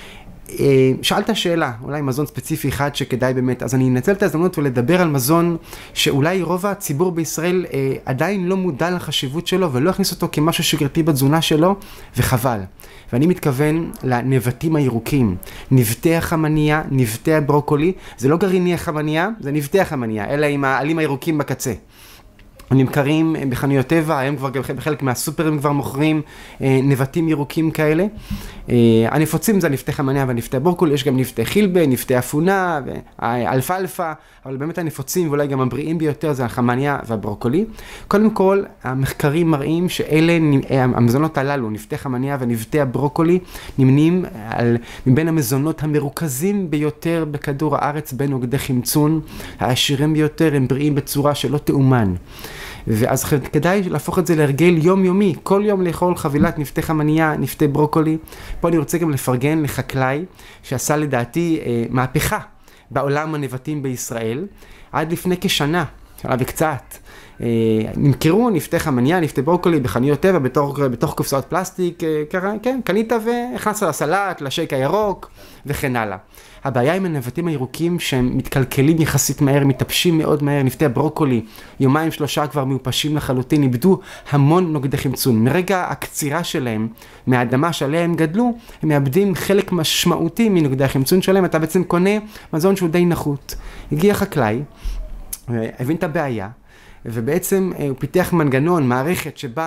שאלת שאלה, אולי מזון ספציפי אחד שכדאי באמת, אז אני אנצל את ההזדמנות ולדבר על מזון שאולי רוב הציבור בישראל עדיין לא מודע לחשיבות שלו ולא הכניס אותו כמשהו שגרתי בתזונה שלו, וחבל. ואני מתכוון לנבטים הירוקים, נבטי החמניה, נבטי הברוקולי, זה לא גרעיני החמניה, זה נבטי החמניה, אלא עם העלים הירוקים בקצה. נמכרים בחנויות טבע, היום כבר בחלק מהסופרים כבר מוכרים נבטים ירוקים כאלה. הנפוצים זה נבטי חמניה ונבטי ברוקולי, יש גם נבטי חילבה, נבטי אפונה ואלפלפה, אבל באמת הנפוצים ואולי גם הבריאים ביותר זה החמניה והברוקולי. קודם כל, המחקרים מראים שאלה, המזונות הללו, נבטי חמניה ונבטי הברוקולי, נמנים מבין המזונות המרוכזים ביותר בכדור הארץ, בין נוגדי חמצון, העשירים ביותר, הם בריאים בצורה שלא תאומן. ואז כדאי להפוך את זה להרגל יומיומי, כל יום לאכול חבילת נבטי חמניה, נבטי ברוקולי. פה אני רוצה גם לפרגן לחקלאי שעשה לדעתי מהפכה בעולם הנבטים בישראל. עד לפני כשנה וקצת, נמכרו נבטי חמניה, נבטי ברוקולי בחנויות טבע בתוך קופסאות פלסטיק, כן, קנית והכנסת לסלט, לשייק הירוק וכן הלאה. הבעיה עם הנבטים הירוקים שהם מתקלקלים יחסית מהר, מתאפשים מאוד מהר, נבטי הברוקולי, 2-3 כבר מיופשים לחלוטין, איבדו המון נוגדי חמצון. מרגע הקצירה שלהם מהאדמה שעליה הם גדלו, הם מאבדים חלק משמעותי מנוגדי החמצון שלהם, אתה בעצם קונה מזון שהוא די נחות. הגיע חקלאי, הבין את הבעיה, ובעצם הוא פיתח מנגנון, מערכת שבה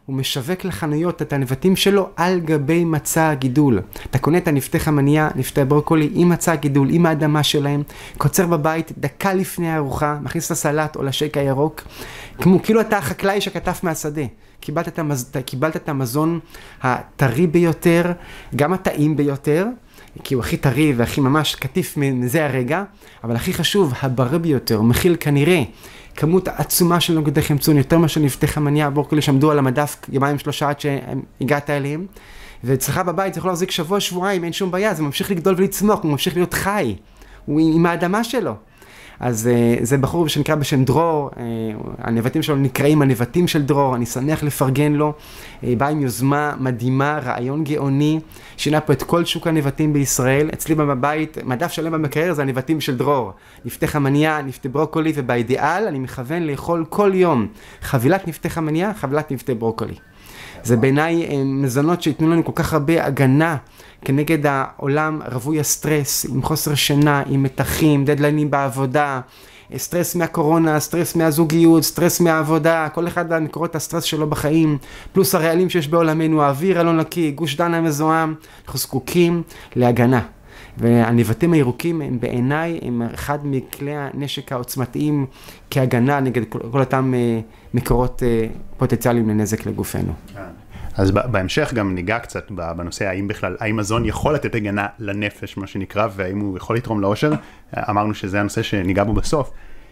הוא משווק לחנויות את הנבטים שלו על גבי מצע הגידול. אתה קונה את הנפתי חמניה, נפתי ברוקולי, עם מצע הגידול, עם האדמה שלהם, קוצר בבית, דקה לפני הארוחה, מכניס לסלט או לשייק הירוק, כאילו אתה החקלאי שכתב מהשדה. קיבלת את המזון הטרי ביותר, גם הטעים ביותר, כי הוא הכי טרי והכי ממש כתיף מזה הרגע, אבל הכי חשוב, הבריא ביותר, הוא מכיל כנראה כמות עצומה של נוגדי חמצון, יותר מאשר נפתי חמניה, ברוקולי שעמדו על המדף יומיים 3 עד שהגעת אליהם, ואצלך בבית זה יכול להחזיק שבוע, שבועיים, אין שום בעיה, זה ממשיך לגדול ולצמוח, הוא ממשיך להיות חי, הוא עם האדמה שלו. אז זה בחור שנקרא בשם דרור, הנבטים שלו נקראים הנבטים של דרור, אני שמח לפרגן לו, בא עם יוזמה מדהימה, רעיון גאוני, שינה פה את כל שוק הנבטים בישראל, אצלי בבית, מדף שלם במקרר זה הנבטים של דרור, נפתי חמניה, נפתי ברוקולי, ובאידיאל אני מכוון לאכול כל יום חבילת נפתי חמניה, חבילת נפתי ברוקולי. זה בעיניי מזונות שיתנו לנו כל כך הרבה הגנה כנגד העולם רווי הסטרס, עם חוסר שינה, עם מתחים, דדליינים בעבודה, סטרס מהקורונה, סטרס מהזוגיות, סטרס מהעבודה, כל אחד נקרא את הסטרס שלו בחיים, פלוס הרעלים שיש בעולמנו, האוויר הלא נקי, גוש דן המזוהם, אנחנו זקוקים להגנה. והנבטים הירוקים הם בעיניי, הם אחד מכלי הנשק העוצמתיים כהגנה נגד כל אותם מקורות פוטנציאליים לנזק לגופנו. אז בהמשך גם ניגע קצת בנושא האם בכלל, האם מזון יכול לתת הגנה לנפש, מה שנקרא, והאם הוא יכול לתרום לאושר. אמרנו שזה הנושא שניגע בו בסוף.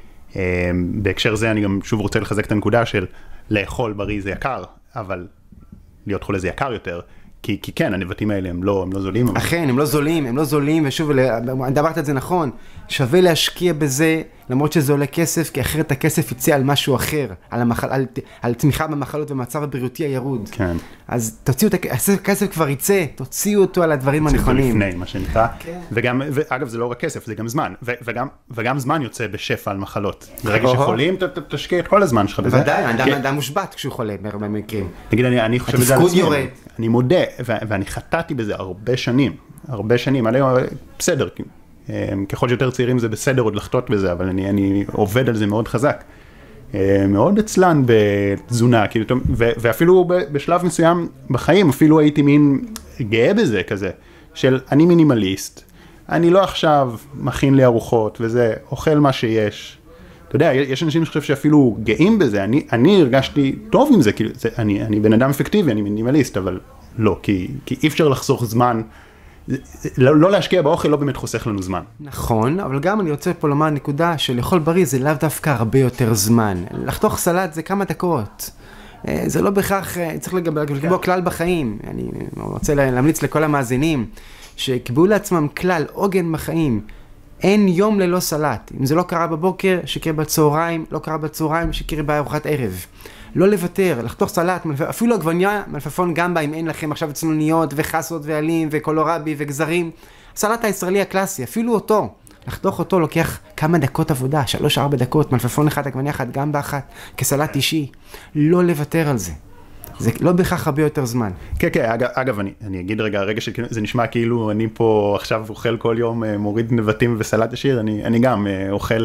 בהקשר זה אני גם שוב רוצה לחזק את הנקודה של לאכול בריא זה יקר, אבל להיות חולה זה יקר יותר. כי כן, הנבטים האלה הם לא זולים. אכן, הם לא זולים, ושוב, דברת את זה נכון, שווה להשקיע בזה, למרות שזה עולה כסף, כי אחרת הכסף יצא על משהו אחר, על תמיכה במחלות ומצב הבריאותי הירוד. כן. אז תוציאו את הכסף כבר יצא, תוציאו אותו על הדברים הנכונים. לפני, מה שנקרא. כן. ואגב, זה לא רק כסף, זה גם זמן. וגם זמן יוצא בשפע על מחלות. ברגע שחולים, תשקיע את כל הזמן שלך בזה. בוודאי, אדם מושבת כשהוא חולה, בהרבה מקרים. נגיד, אני חושב בזה על עצמי. אני מודה, ואני חטאתי בזה הרבה שנים, בסדר, ככל שיותר צעירים זה בסדר עוד לחטות בזה, אבל אני עובד על זה מאוד חזק, מאוד עצלן בתזונה, ואפילו בשלב מסוים בחיים, אפילו הייתי מין גאה בזה כזה, של אני מינימליסט, אני לא עכשיו מכין לי ארוחות וזה, אוכל מה שיש, אתה יודע, יש אנשים שחושב שאפילו גאים בזה, אני הרגשתי טוב עם זה, אני בן אדם אפקטיבי, אני מינימליסט, אבל לא, כי אי אפשר לחסוך זמן, לא להשקיע באוכל לא באמת חוסך לנו זמן. נכון, אבל גם אני רוצה פה לומר נקודה שלאכול בריא זה לאו דווקא הרבה יותר זמן. לחתוך סלט זה כמה דקות. זה לא בכך, צריך לקבוע כלל בחיים. אני רוצה להמליץ לכל המאזינים שיקבעו לעצמם כלל, עוגן בחיים. אין יום ללא סלט. אם זה לא קרה בבוקר, שיקרה בצהריים, לא קרה בצהריים, שיקרה בארוחת ערב. לא לוותר, לחתוך סלט, אפילו עגבניה, מלפפון גמבה, אם אין לכם עכשיו צנוניות וחסות ועלים וקולורבי וגזרים. הסלט הישראלי הקלאסי, אפילו אותו, לחתוך אותו לוקח כמה דקות עבודה, 3-4 דקות, מלפפון אחד, עגבניה אחת, גמבה אחת, כסלט אישי. לא לוותר על זה. זה לא בכך הרבה יותר זמן. כן, אגב, אני אגיד רגע שזה נשמע כאילו אני פה עכשיו אוכל כל יום מוריד נבטים וסלט עשיר, אני גם אוכל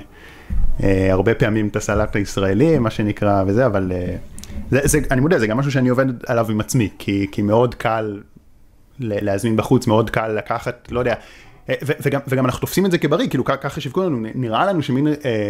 הרבה פעמים את הסלט הישראלי, מה שנקרא וזה, אבל אני מודה, זה גם משהו שאני עובד עליו עם עצמי, כי מאוד קל להזמין בחוץ, מאוד קל לקחת, לא יודע, וגם אנחנו תופסים את זה כבריא, כאילו ככה שיווקו לנו, נראה לנו שמין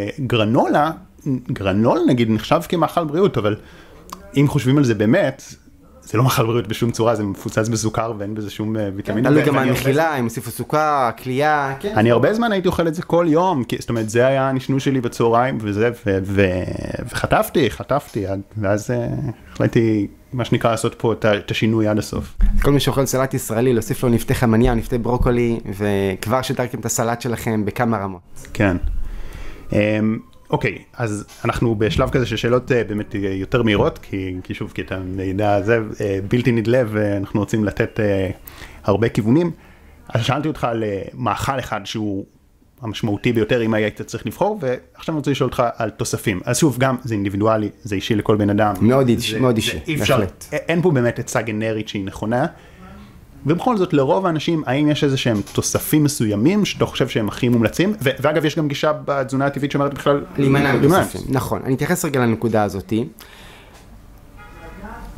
גרנול נגיד נחשב כמאכל בריאות, אבל אם חושבים על זה באמת, זה לא מאכל בריאות בשום צורה, זה מפוצץ בסוכר ואין בזה שום ויטמינים. תלוי גם המחילה, הם הוסיפו סוכר, קלייה. אני הרבה זמן הייתי אוכל את זה כל יום, זאת אומרת, זה היה הנשנוש שלי בצהריים וזה, וחטפתי, ואז החלטתי, מה שנקרא, לעשות פה את השינוי עד הסוף. כל מי שאוכל סלט ישראלי, להוסיף לו נפתי חמניה, נפתי ברוקולי, וכבר שתרקתם את הסלט שלכם בכמה רמות. כן. אוקיי, אז אנחנו בשלב כזה ששאלות באמת יותר מהירות, כי שוב, כי את המידע הזה בלתי נדלה, ואנחנו רוצים לתת הרבה כיוונים. אז שאלתי אותך על מאכל אחד שהוא המשמעותי ביותר, אם היית צריך לבחור, ועכשיו אני רוצה לשאול אותך על תוספים. אז שוב, גם זה אינדיבידואלי, זה אישי לכל בן אדם. מאוד אישי, בהחלט. אין פה באמת עצה גנרית שהיא נכונה, ובכל זאת, לרוב האנשים, האם יש איזה שהם תוספים מסוימים שאתה חושב שהם הכי מומלצים? ואגב, יש גם גישה בתזונה הטבעית שאומרת בכלל... להימנע מתוספים. נכון. אני אתייחס רגע לנקודה הזאת.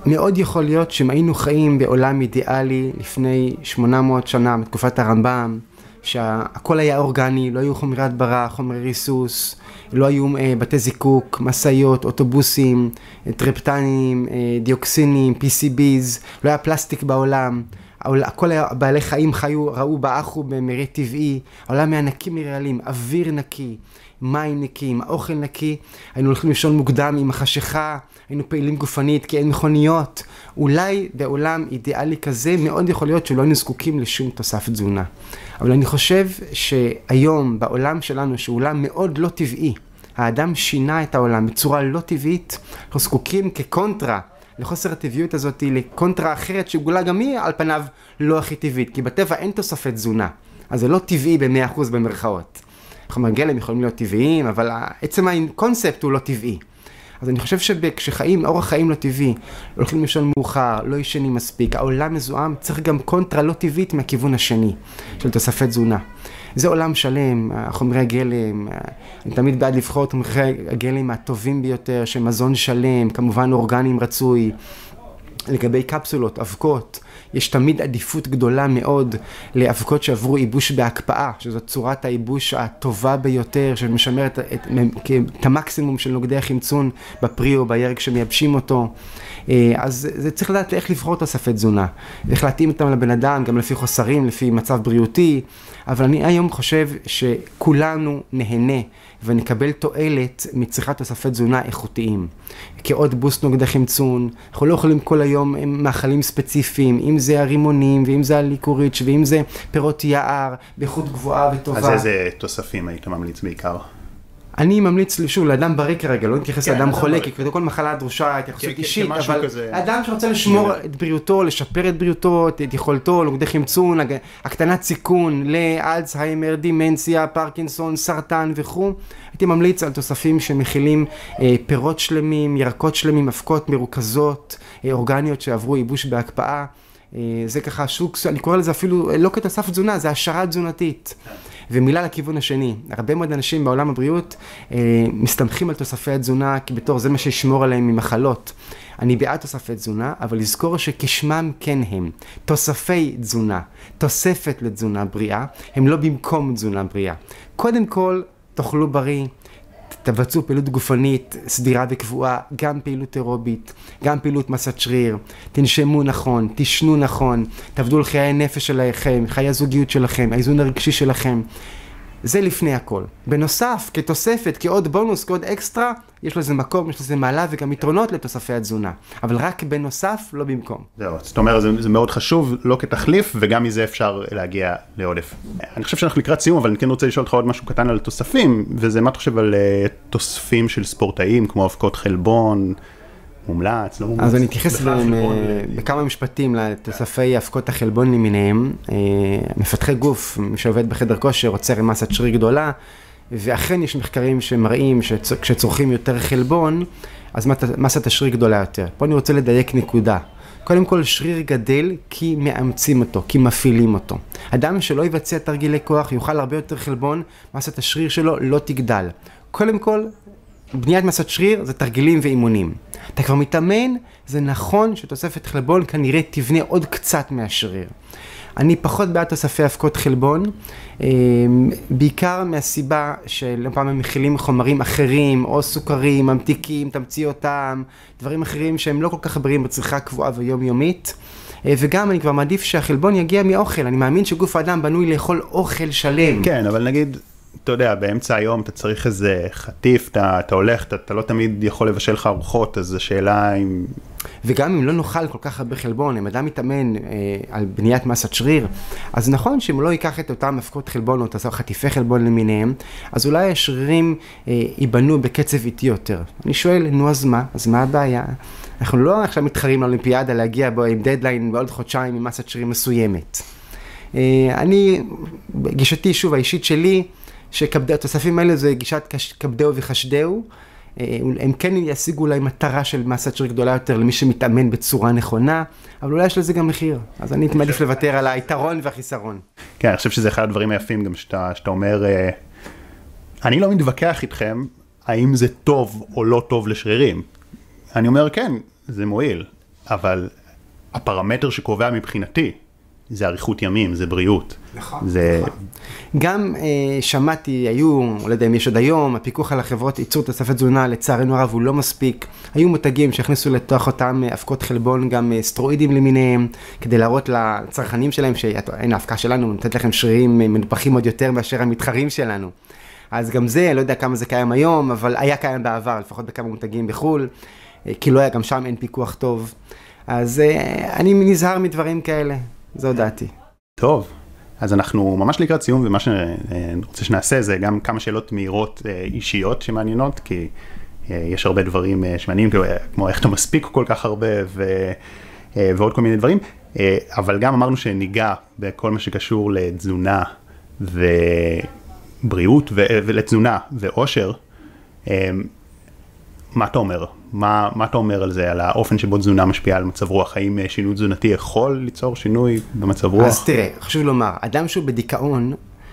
מאוד יכול להיות שאם היינו חיים בעולם אידיאלי לפני 800 שנה, בתקופת הרמב"ם, שהכל היה אורגני, לא היו חומרי הדברה, חומרי ריסוס, לא היו בתי זיקוק, מסעיות, אוטובוסים, טרפטנים, דיוקסינים, PCBs, לא היה פלסטיק בעולם, כל בעלי חיים ראו באחו במראה טבעי, העולם היה נקי מרעלים, אוויר נקי, מים נקיים, האוכל נקי, היינו הולכים לישון מוקדם עם החשיכה, היינו פעילים גופנית כי אין מכוניות. אולי בעולם אידיאלי כזה מאוד יכול להיות שלא היינו זקוקים לשום תוסף תזונה. אבל אני חושב שהיום בעולם שלנו, שהוא עולם מאוד לא טבעי, האדם שינה את העולם בצורה לא טבעית, אנחנו זקוקים כקונטרה לחוסר הטבעיות הזאת, לקונטרה אחרת שגולה גם היא על פניו לא הכי טבעית, כי בטבע אין תוספי תזונה, אז זה לא טבעי ב-100% במרכאות. חומרי גלם יכולים להיות טבעיים, אבל עצם הקונספט הוא לא טבעי. אז אני חושב שכשחיים, אורח חיים לא טבעי, הולכים לישון מאוחר, לא ישנים מספיק, העולם מזוהם, צריך גם קונטרה לא טבעית מהכיוון השני של תוספי תזונה. זה עולם שלם, חומרי הגלם, אני תמיד בעד לבחור את חומרי הגלם הטובים ביותר, שמזון שלם, כמובן אורגנים רצוי, לגבי קפסולות, אבקות, יש תמיד עדיפות גדולה מאוד לאבקות שעברו ייבוש בהקפאה, שזו צורת הייבוש הטובה ביותר, שמשמרת את המקסימום של נוגדי החמצון בפרי או בירק שמייבשים אותו. אז זה צריך לדעת איך לבחור תוספי תזונה, איך להתאים אותם לבן אדם, גם לפי חוסרים, לפי מצב בריאותי, אבל אני היום חושב שכולנו נהנה ונקבל תועלת מצריכת תוספי תזונה איכותיים. כעוד בוסט נוגדי חמצון, אנחנו לא יכולים כל היום מאכלים ספציפיים, אם זה הרימונים, ואם זה הליקוריץ', ואם זה פירות יער, באיכות גבוהה וטובה. אז איזה תוספים היית ממליץ בעיקר? אני ממליץ, שוב, לאדם בריא כרגע, לא נתייחס לאדם חולה, כי כל מחלה דרושה התייחסות אישית, אבל אדם שרוצה לשמור את בריאותו, לשפר את בריאותו, את יכולתו, נוגדי חמצון, הקטנת סיכון לאלצהיימר, דימנציה, פרקינסון, סרטן וכו', הייתי ממליץ על תוספים שמכילים פירות שלמים, ירקות שלמים, אבקות מרוכזות, אורגניות שעברו ייבוש בהקפאה. זה ככה שוק, אני קורא לזה אפילו לא כתוסף תזונה, זה השערה תזונתית. ומילה לכיוון השני, הרבה מאוד אנשים בעולם הבריאות מסתמכים על תוספי התזונה, כי בתור זה מה שישמור עליהם ממחלות. אני בעד תוספי תזונה, אבל לזכור שכשמם כן הם. תוספי תזונה, תוספת לתזונה בריאה, הם לא במקום תזונה בריאה. קודם כל, תאכלו בריא, תבצעו פעילות גופנית, סדירה וקבועה, גם פעילות אירובית, גם פעילות מסת שריר, תנשמו נכון, תשנו נכון, תעבדו על חיי הנפש שלכם, חיי הזוגיות שלכם, האיזון הרגשי שלכם. זה לפני הכל. בנוסף, כתוספת, כעוד בונוס, כעוד אקסטרה, יש לזה מקום, יש לזה מעלה וגם יתרונות לתוספי התזונה. אבל רק בנוסף, לא במקום. זהו, זאת אומרת, זה מאוד חשוב, לא כתחליף, וגם מזה אפשר להגיע לעודף. אני חושב שאנחנו לקראת סיום, אבל אני כן רוצה לשאול אותך עוד משהו קטן על תוספים, וזה מה אתה חושב על תוספים של ספורטאים, כמו אבקות חלבון, מומלץ, לא מומלץ. אז אני אתייחס בכמה משפטים לתוספי אבקות החלבון למיניהם. מפתחי גוף שעובד בחדר כושר עוצר עם מסת שריר גדולה, ואכן יש מחקרים שמראים שכשצורכים יותר חלבון, אז מסת השריר גדולה יותר. פה אני רוצה לדייק נקודה. קודם כל, שריר גדל כי מאמצים אותו, כי מפעילים אותו. אדם שלא יבצע תרגילי כוח, יאכל הרבה יותר חלבון, מסת השריר שלו לא תגדל. קודם כל, בניית מסת שריר זה תרגילים ואימונים. אתה כבר מתאמן, זה נכון שתוספת חלבון כנראה תבנה עוד קצת מהשריר. אני פחות בעד תוספי אבקות חלבון, בעיקר מהסיבה שלא פעם הם מכילים חומרים אחרים, או סוכרים, ממתיקים, תמציות טעם, דברים אחרים שהם לא כל כך בריאים בצריכה קבועה ויומיומית. וגם אני כבר מעדיף שהחלבון יגיע מאוכל. אני מאמין שגוף האדם בנוי לאכול אוכל שלם. כן, אבל נגיד, אתה יודע, באמצע היום אתה צריך איזה חטיף, אתה הולך, אתה לא תמיד יכול לבשל לך ארוחות, אז השאלה אם... וגם אם לא נאכל כל כך הרבה חלבון, אם אדם מתאמן על בניית מסת שריר, אז נכון שאם לא ייקח את אותם אבקות חלבון או תעשה חטיפי חלבון למיניהם, אז אולי השרירים ייבנו בקצב איטי יותר. אני שואל, נו אז מה? אז מה הבעיה? אנחנו לא עכשיו מתחרים לאולימפיאדה להגיע בו עם דדליין בעוד חודשיים עם מסת שריר מסוימת. אני, גישתי שוב האישית שלי, שהתוספים האלה זה גישת כבדהו וחשדהו, הם כן ישיגו אולי מטרה של מסת שריר גדולה יותר למי שמתאמן בצורה נכונה, אבל אולי יש לזה גם מחיר. אז אני מעדיף לוותר על היתרון והחיסרון. כן, אני חושב שזה אחד הדברים היפים גם שאתה אומר, אני לא מתווכח איתכם האם זה טוב או לא טוב לשרירים. אני אומר כן, זה מועיל. אבל הפרמטר שקובע מבחינתי, זה אריכות ימים, זה בריאות. נכון. זה... גם שמעתי, היו, לא יודע אם יש עוד היום, הפיקוח על החברות ייצור תוספת תזונה, לצערנו הרב הוא לא מספיק. היו מותגים שהכניסו לתוך אותם אבקות חלבון, גם סטרואידים למיניהם, כדי להראות לצרכנים שלהם שהנה, ההפקה שלנו נותנת לכם שרירים מנופחים עוד יותר מאשר המתחרים שלנו. אז גם זה, לא יודע כמה זה קיים היום, אבל היה קיים בעבר, לפחות בכמה מותגים בחול, כי לא היה גם שם אין פיקוח טוב. אז אני נזהר מדברים כאלה, זו דעתי. טוב, אז אנחנו ממש לקראת סיום, ומה שאני רוצה שנעשה זה גם כמה שאלות מהירות אישיות שמעניינות, כי יש הרבה דברים שמעניינים, כמו איך אתה מספיק כל כך הרבה, ועוד כל מיני דברים, אבל גם אמרנו שניגע בכל מה שקשור לתזונה ובריאות, ולתזונה ואושר. מה אתה אומר? מה אתה אומר על זה, על האופן שבו תזונה משפיעה על מצב רוח? האם שינוי תזונתי יכול ליצור שינוי במצב רוח? אז תראה, חשוב לומר, אדם שהוא בדיכאון,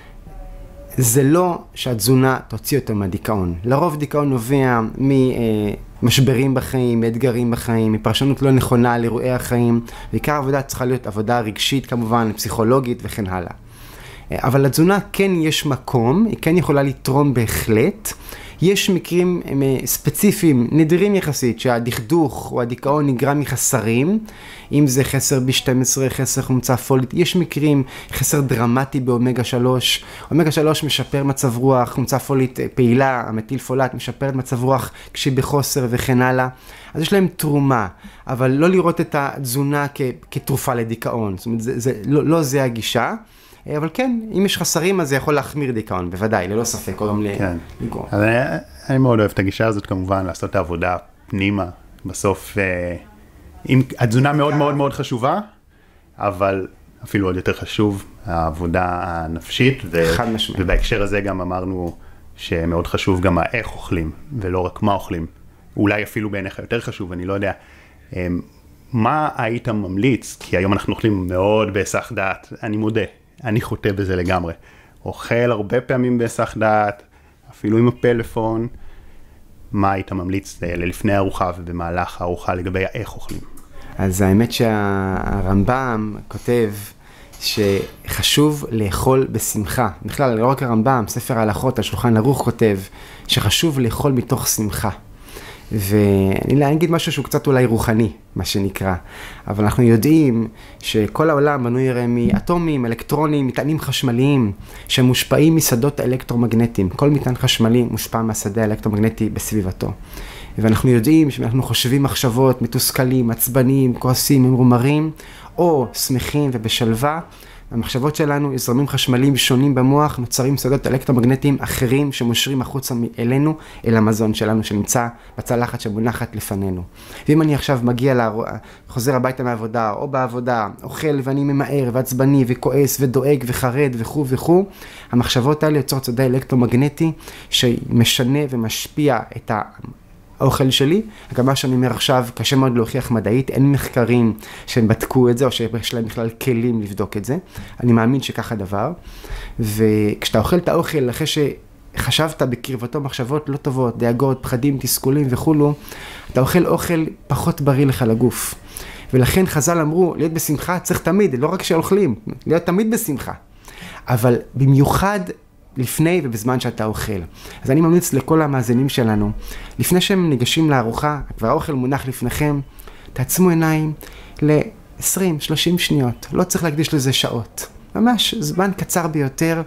זה לא שהתזונה תוציא אותו מהדיכאון. לרוב דיכאון נובע ממשברים בחיים, מאתגרים בחיים, מפרשנות לא נכונה על אירועי החיים, ועיקר העבודה צריכה להיות עבודה רגשית כמובן, פסיכולוגית וכן הלאה. אבל לתזונה כן יש מקום, היא כן יכולה לתרום בהחלט. יש מקרים ספציפיים, נדירים יחסית, שהדכדוך או הדיכאון נגרם מחסרים, אם זה חסר B12, חסר חומצה פולית, יש מקרים, חסר דרמטי באומגה 3, אומגה 3 משפר מצב רוח, חומצה פולית פעילה, המטיל פולט משפר את מצב רוח כשהיא בחוסר וכן הלאה, אז יש להם תרומה, אבל לא לראות את התזונה כתרופה לדיכאון, זאת אומרת, לא זה הגישה, אבל כן, אם יש חסרים, אז זה יכול להחמיר דיכאון, בוודאי, ללא ספק, או גם לגרום. אז אני מאוד אוהב את הגישה הזאת, כמובן, לעשות את העבודה פנימה. בסוף, התזונה מאוד מאוד מאוד חשובה, אבל אפילו עוד יותר חשוב, העבודה הנפשית, ובהקשר הזה גם אמרנו שמאוד חשוב גם איך אוכלים, ולא רק מה אוכלים. אולי אפילו בעיניך יותר חשוב, אני לא יודע. מה היית ממליץ? כי היום אנחנו אוכלים מאוד בהיסח דעת, אני מודה. אני חוטא בזה לגמרי. אוכל הרבה פעמים בהיסח דעת, אפילו עם הפלאפון. מה היית ממליץ ללפני הארוחה ובמהלך הארוחה לגבי איך אוכלים? אז האמת שהרמב"ם כותב שחשוב לאכול בשמחה. בכלל, לא רק הרמב"ם, ספר ההלכות, השולחן ערוך כותב שחשוב לאכול מתוך שמחה. ואני אגיד משהו שהוא קצת אולי רוחני, מה שנקרא, אבל אנחנו יודעים שכל העולם בנוי הרי מאטומים, אלקטרונים, מטענים חשמליים, שמושפעים משדות האלקטרומגנטיים. כל מטען חשמלי מושפע מהשדה האלקטרומגנטי בסביבתו. ואנחנו יודעים שאנחנו חושבים מחשבות, מתוסכלים, עצבניים, כועסים, ממורמרים, או שמחים ובשלווה, המחשבות שלנו, זרמים חשמליים שונים במוח, נוצרים שדות אלקטרומגנטיים אחרים שמושרים החוצה אלינו, אל המזון שלנו שנמצא בצלחת שמונחת לפנינו. ואם אני עכשיו חוזר הביתה מהעבודה או בעבודה, אוכל ואני ממהר ועצבני וכועס ודואג וחרד וכו', המחשבות האלה יוצרות שדה אלקטרומגנטי שמשנה ומשפיע את האוכל שלי. גם מה שאני אומר עכשיו, קשה מאוד להוכיח מדעית, אין מחקרים שהם בדקו את זה, או שיש להם בכלל כלים לבדוק את זה. אני מאמין שכך הדבר. וכשאתה אוכל את האוכל, אחרי שחשבת בקרבתו מחשבות לא טובות, דאגות, פחדים, תסכולים וכולו, אתה אוכל פחות בריא לך לגוף. ולכן חז"ל אמרו, להיות בשמחה צריך תמיד, לא רק שאוכלים, להיות תמיד בשמחה. אבל במיוחד לפני ובזמן שאתה אוכל. אז אני ממליץ לכל המאזינים שלנו, לפני שהם ניגשים לארוחה, כבר האוכל מונח לפניכם, תעצמו עיניים ל-20-30 שניות. לא צריך להקדיש לזה שעות. ממש זמן קצר ביותר.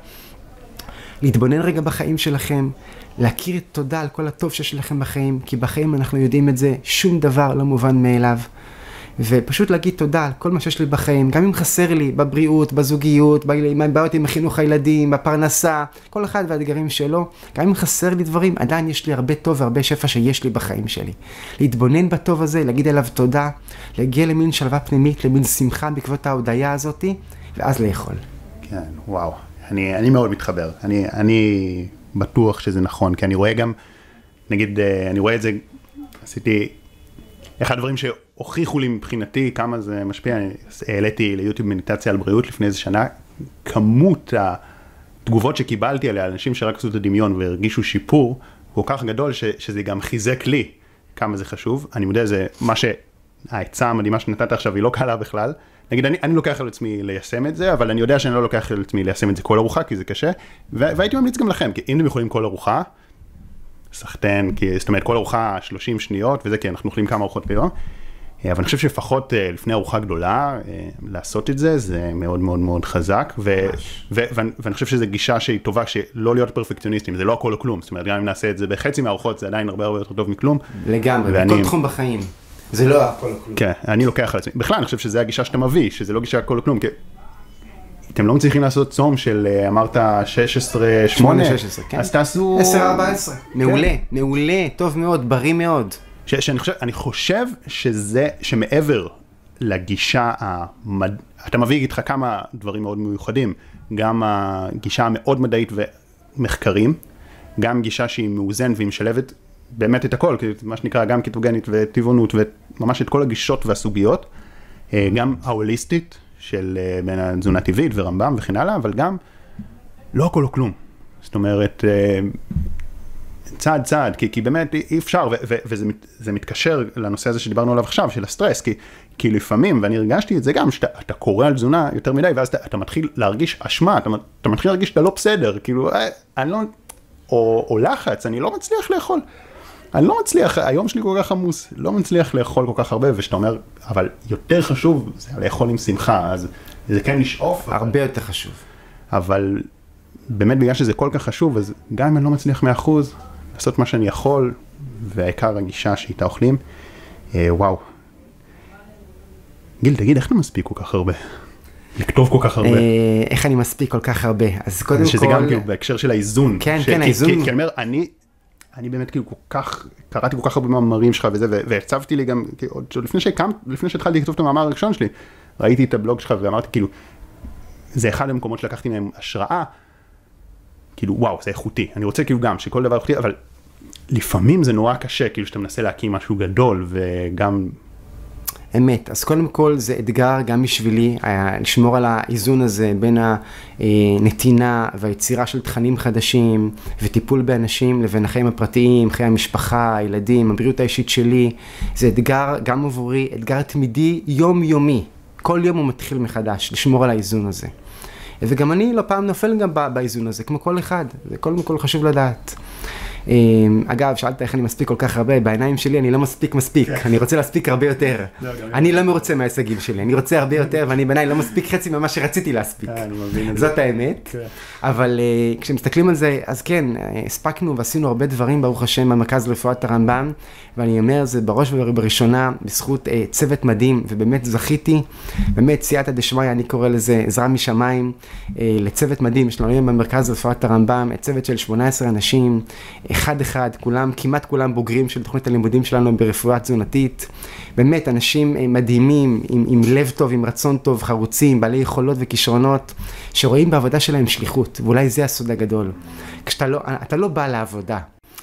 להתבונן רגע בחיים שלכם, להכיר תודה על כל הטוב שיש לכם בחיים, כי בחיים אנחנו יודעים את זה, שום דבר לא מובן מאליו. ופשוט להגיד תודה על כל מה שיש לי בחיים, גם אם חסר לי בבריאות, בזוגיות, בעיות עם החינוך הילדים, בפרנסה, כל אחד והאתגרים שלו, גם אם חסר לי דברים, עדיין יש לי הרבה טוב והרבה שפע שיש לי בחיים שלי. להתבונן בטוב הזה, להגיד עליו תודה, להגיע למין שלווה פנימית, למין שמחה בעקבות ההודעה הזאת, ואז לאכול. כן, וואו. אני מאוד מתחבר. אני בטוח שזה נכון, כי אני רואה גם, נגיד, אני רואה את זה, עשיתי, אחד הדברים שהוכיחו לי מבחינתי כמה זה משפיע, העליתי ליוטיוב מדיטציה על בריאות לפני איזה שנה, כמות התגובות שקיבלתי עליה, אנשים שרק עשו את הדמיון והרגישו שיפור, כל כך גדול שזה גם חיזק לי כמה זה חשוב. אני מודה, זה מה העצה המדהימה שנתת עכשיו היא לא קלה בכלל. נגיד, אני לוקח על עצמי ליישם את זה, אבל אני יודע שאני לא לוקח על עצמי ליישם את זה כל ארוחה, כי זה קשה, והייתי ממליץ גם לכם, כי אם אתם יכולים כל ארוחה, סחטן, זאת אומרת, כל ארוחה 30 שניות, וזה כי אנחנו אוכלים כמה ארוחות ביום, אבל אני חושב שלפחות לפני ארוחה גדולה, לעשות את זה, זה מאוד מאוד מאוד חזק, ואני חושב שזו גישה שהיא טובה, שלא להיות פרפקציוניסטים, זה לא הכל או כלום, זאת אומרת, גם אם נעשה את זה בחצי מהארוחות, זה עדיין הרבה הרבה יותר טוב מכלום. לגמרי, בכל תחום בחיים. זה לא הכל או כלום. כן, אני לוקח על עצמי. בכלל, אני חושב שזה הגישה שאתה מביא, שזה לא גישה הכל או כלום, כי אתם לא מצליחים לעשות צום של, אמרת, 16-8, כן. אז תעשו... 10-14. מעולה, מעולה, טוב מאוד, בריא מאוד. אני חושב שמעבר לגישה, אתה מביא איתך כמה דברים מאוד מיוחדים, גם הגישה המאוד מדעית ומחקרים, גם גישה שהיא מאוזנת והיא משלבת באמת את הכל, מה שנקרא גם קיטוגנית וטבעונות, וממש את כל הגישות והסוגיות, גם ההוליסטית של בין התזונה טבעית ורמב"ם וכן הלאה, אבל גם לא הכל או כלום. זאת אומרת, צעד צעד, כי באמת אי אפשר, וזה מתקשר לנושא הזה שדיברנו עליו עכשיו, של הסטרס, כי לפעמים, ואני הרגשתי את זה גם, שאתה קורא על תזונה יותר מדי, ואז אתה מתחיל להרגיש אשמה, אתה מתחיל להרגיש שאתה לא בסדר, כאילו, אני לא, או לחץ, אני לא מצליח לאכול. אני לא מצליח, היום שלי כל כך עמוס, לא מצליח לאכול כל כך הרבה, ושאתה אומר, אבל יותר חשוב, זה לאכול עם שמחה, אז זה כן לשאוף. הרבה יותר חשוב. אבל באמת בגלל שזה כל כך חשוב, אז גם אם אני לא מצליח 100%, לעשות מה שאני יכול, והעיקר הגישה שאיתה אוכלים, וואו. גיל, תגיד, איך אתה מספיק כל כך הרבה? לכתוב כל כך הרבה. איך אני מספיק כל כך הרבה? אז קודם כל... שזה גם כאילו בהקשר של האיזון. כן, כן, האיזון. כי אני אומר, אני באמת כאילו כל כך, קראתי כל כך הרבה מאמרים שלך וזה, והצבתי לי גם, עוד לפני שהתחלתי לכתוב את המאמר הראשון שלי, ראיתי את הבלוג שלך ואמרתי כאילו, זה אחד המקומות שלקחתי מהם השראה, כאילו וואו, זה איכותי, אני רוצה כאילו גם שכל דבר איכותי, אבל לפעמים זה נורא קשה, כאילו שאתה מנסה להקים משהו גדול וגם... אמת, אז קודם כל זה אתגר גם בשבילי, לשמור על האיזון הזה בין הנתינה והיצירה של תכנים חדשים וטיפול באנשים לבין החיים הפרטיים, חיי המשפחה, הילדים, הבריאות האישית שלי, זה אתגר גם עבורי, אתגר תמידי יומיומי, כל יום הוא מתחיל מחדש, לשמור על האיזון הזה. וגם אני לא פעם נופל גם באיזון הזה, כמו כל אחד, זה קודם כל חשוב לדעת. אגב, שאלת איך אני מספיק כל כך הרבה, בעיניים שלי אני לא מספיק, אני רוצה להספיק הרבה יותר. אני לא מרוצה מההישגים שלי, אני רוצה הרבה יותר, ואני בעיניי לא מספיק חצי ממה שרציתי להספיק. זאת האמת. אבל כשמסתכלים על זה, אז כן, הספקנו ועשינו הרבה דברים, ברוך השם, במרכז לרפואת הרמב"ם, ואני אומר, זה בראש ובראשונה, בזכות צוות מדהים, ובאמת זכיתי, באמת סייעתא דשמיא, אני קורא לזה עזרה משמיים, לצוות מדהים, יש לנו היום במרכז לרפואת הרמב"ם, צוות של 18 אנשים, אחד, כמעט כולם בוגרים של תוכנית הלימודים שלנו ברפואה תזונתית. באמת, אנשים מדהימים, עם לב טוב, עם רצון טוב, חרוצים, בעלי יכולות וכישרונות, שרואים בעבודה שלהם שליחות, ואולי זה הסוד הגדול. אתה לא בא לעבודה,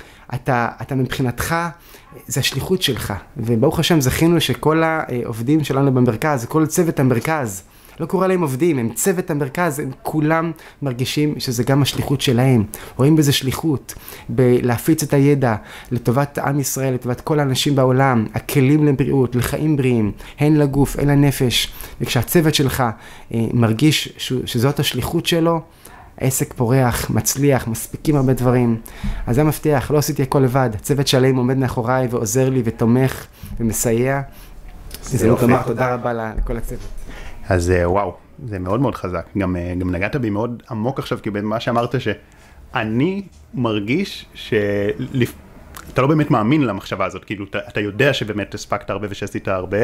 אתה מבחינתך, זה השליחות שלך, וברוך השם זכינו שכל העובדים שלנו במרכז, כל צוות המרכז, לא קורא להם עובדים, הם צוות המרכז, הם כולם מרגישים שזה גם השליחות שלהם. רואים בזה שליחות, בלהפיץ את הידע לטובת עם ישראל, לטובת כל האנשים בעולם, הכלים לבריאות, לחיים בריאים, הן לגוף, הן לנפש. וכשהצוות שלך מרגיש שזאת השליחות שלו, העסק פורח, מצליח, מספיקים הרבה דברים. אז זה מבטיח, לא עשיתי הכל לבד. הצוות שלהם עומד מאחוריי ועוזר לי ותומך ומסייע. זה לא כמה, תודה רבה לכל הצוות. אז וואו, זה מאוד מאוד חזק. גם נגעת בי מאוד עמוק עכשיו, כי במה שאמרת שאני מרגיש שאתה לא באמת מאמין למחשבה הזאת, כאילו אתה יודע שבאמת הספקת הרבה ושעשית הרבה,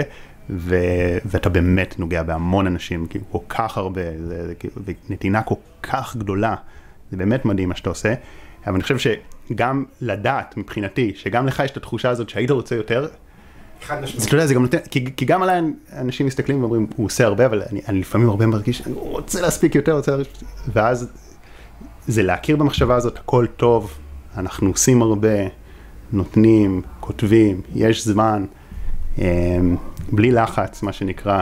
ואתה באמת נוגע בהמון אנשים, כאילו כל כך הרבה, ונתינה כל כך גדולה, זה באמת מדהים מה שאתה עושה, אבל אני חושב שגם לדעת מבחינתי, שגם לך יש את התחושה הזאת שהיית רוצה יותר, אתה יודע, זה גם נותן, כי גם עליי אנשים מסתכלים ואומרים, הוא עושה הרבה, אבל אני לפעמים הרבה מרגיש, אני רוצה להספיק יותר, ואז זה להכיר במחשבה הזאת, הכל טוב, אנחנו עושים הרבה, נותנים, כותבים, יש זמן, בלי לחץ, מה שנקרא,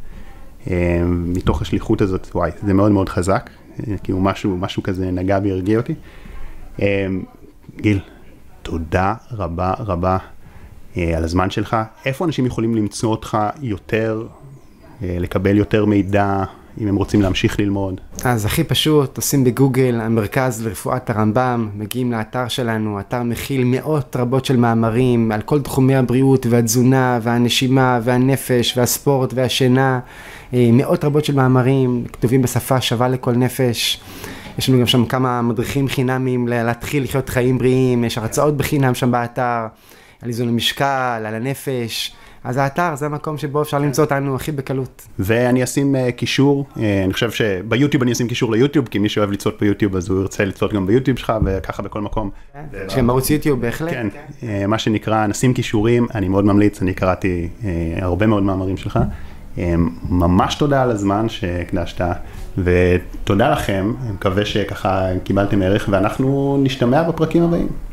מתוך השליחות הזאת, וואי, זה מאוד מאוד חזק, כאילו משהו כזה נגע בי, הרגיע אותי. גיל, תודה רבה רבה. על הזמן שלך. איפה אנשים יכולים למצוא אותך יותר, לקבל יותר מידע, אם הם רוצים להמשיך ללמוד? אז הכי פשוט, עושים בגוגל, המרכז לרפואת הרמב"ם, מגיעים לאתר שלנו, האתר מכיל מאות רבות של מאמרים על כל תחומי הבריאות והתזונה והנשימה והנפש והספורט והשינה, מאות רבות של מאמרים, כתובים בשפה שווה לכל נפש. יש לנו גם שם כמה מדריכים חינמים להתחיל לחיות חיים בריאים, יש הרצאות בחינם שם באתר, על איזון המשקל, על הנפש. אז האתר זה המקום שבו אפשר למצוא אותנו הכי בקלות. ואני אשים קישור, אני חושב שביוטיוב אני אשים קישור ליוטיוב, כי מי שאוהב לצפות ביוטיוב אז הוא ירצה לצפות גם ביוטיוב שלך, וככה בכל מקום. יש גם ערוץ יוטיוב בהחלט. כן, מה שנקרא נשים קישורים, אני מאוד ממליץ, אני קראתי הרבה מאוד מאמרים שלך. ממש תודה על הזמן שהקדשת, ותודה לכם, אני מקווה שככה קיבלתם ערך, ואנחנו נשתמע בפרקים הבאים.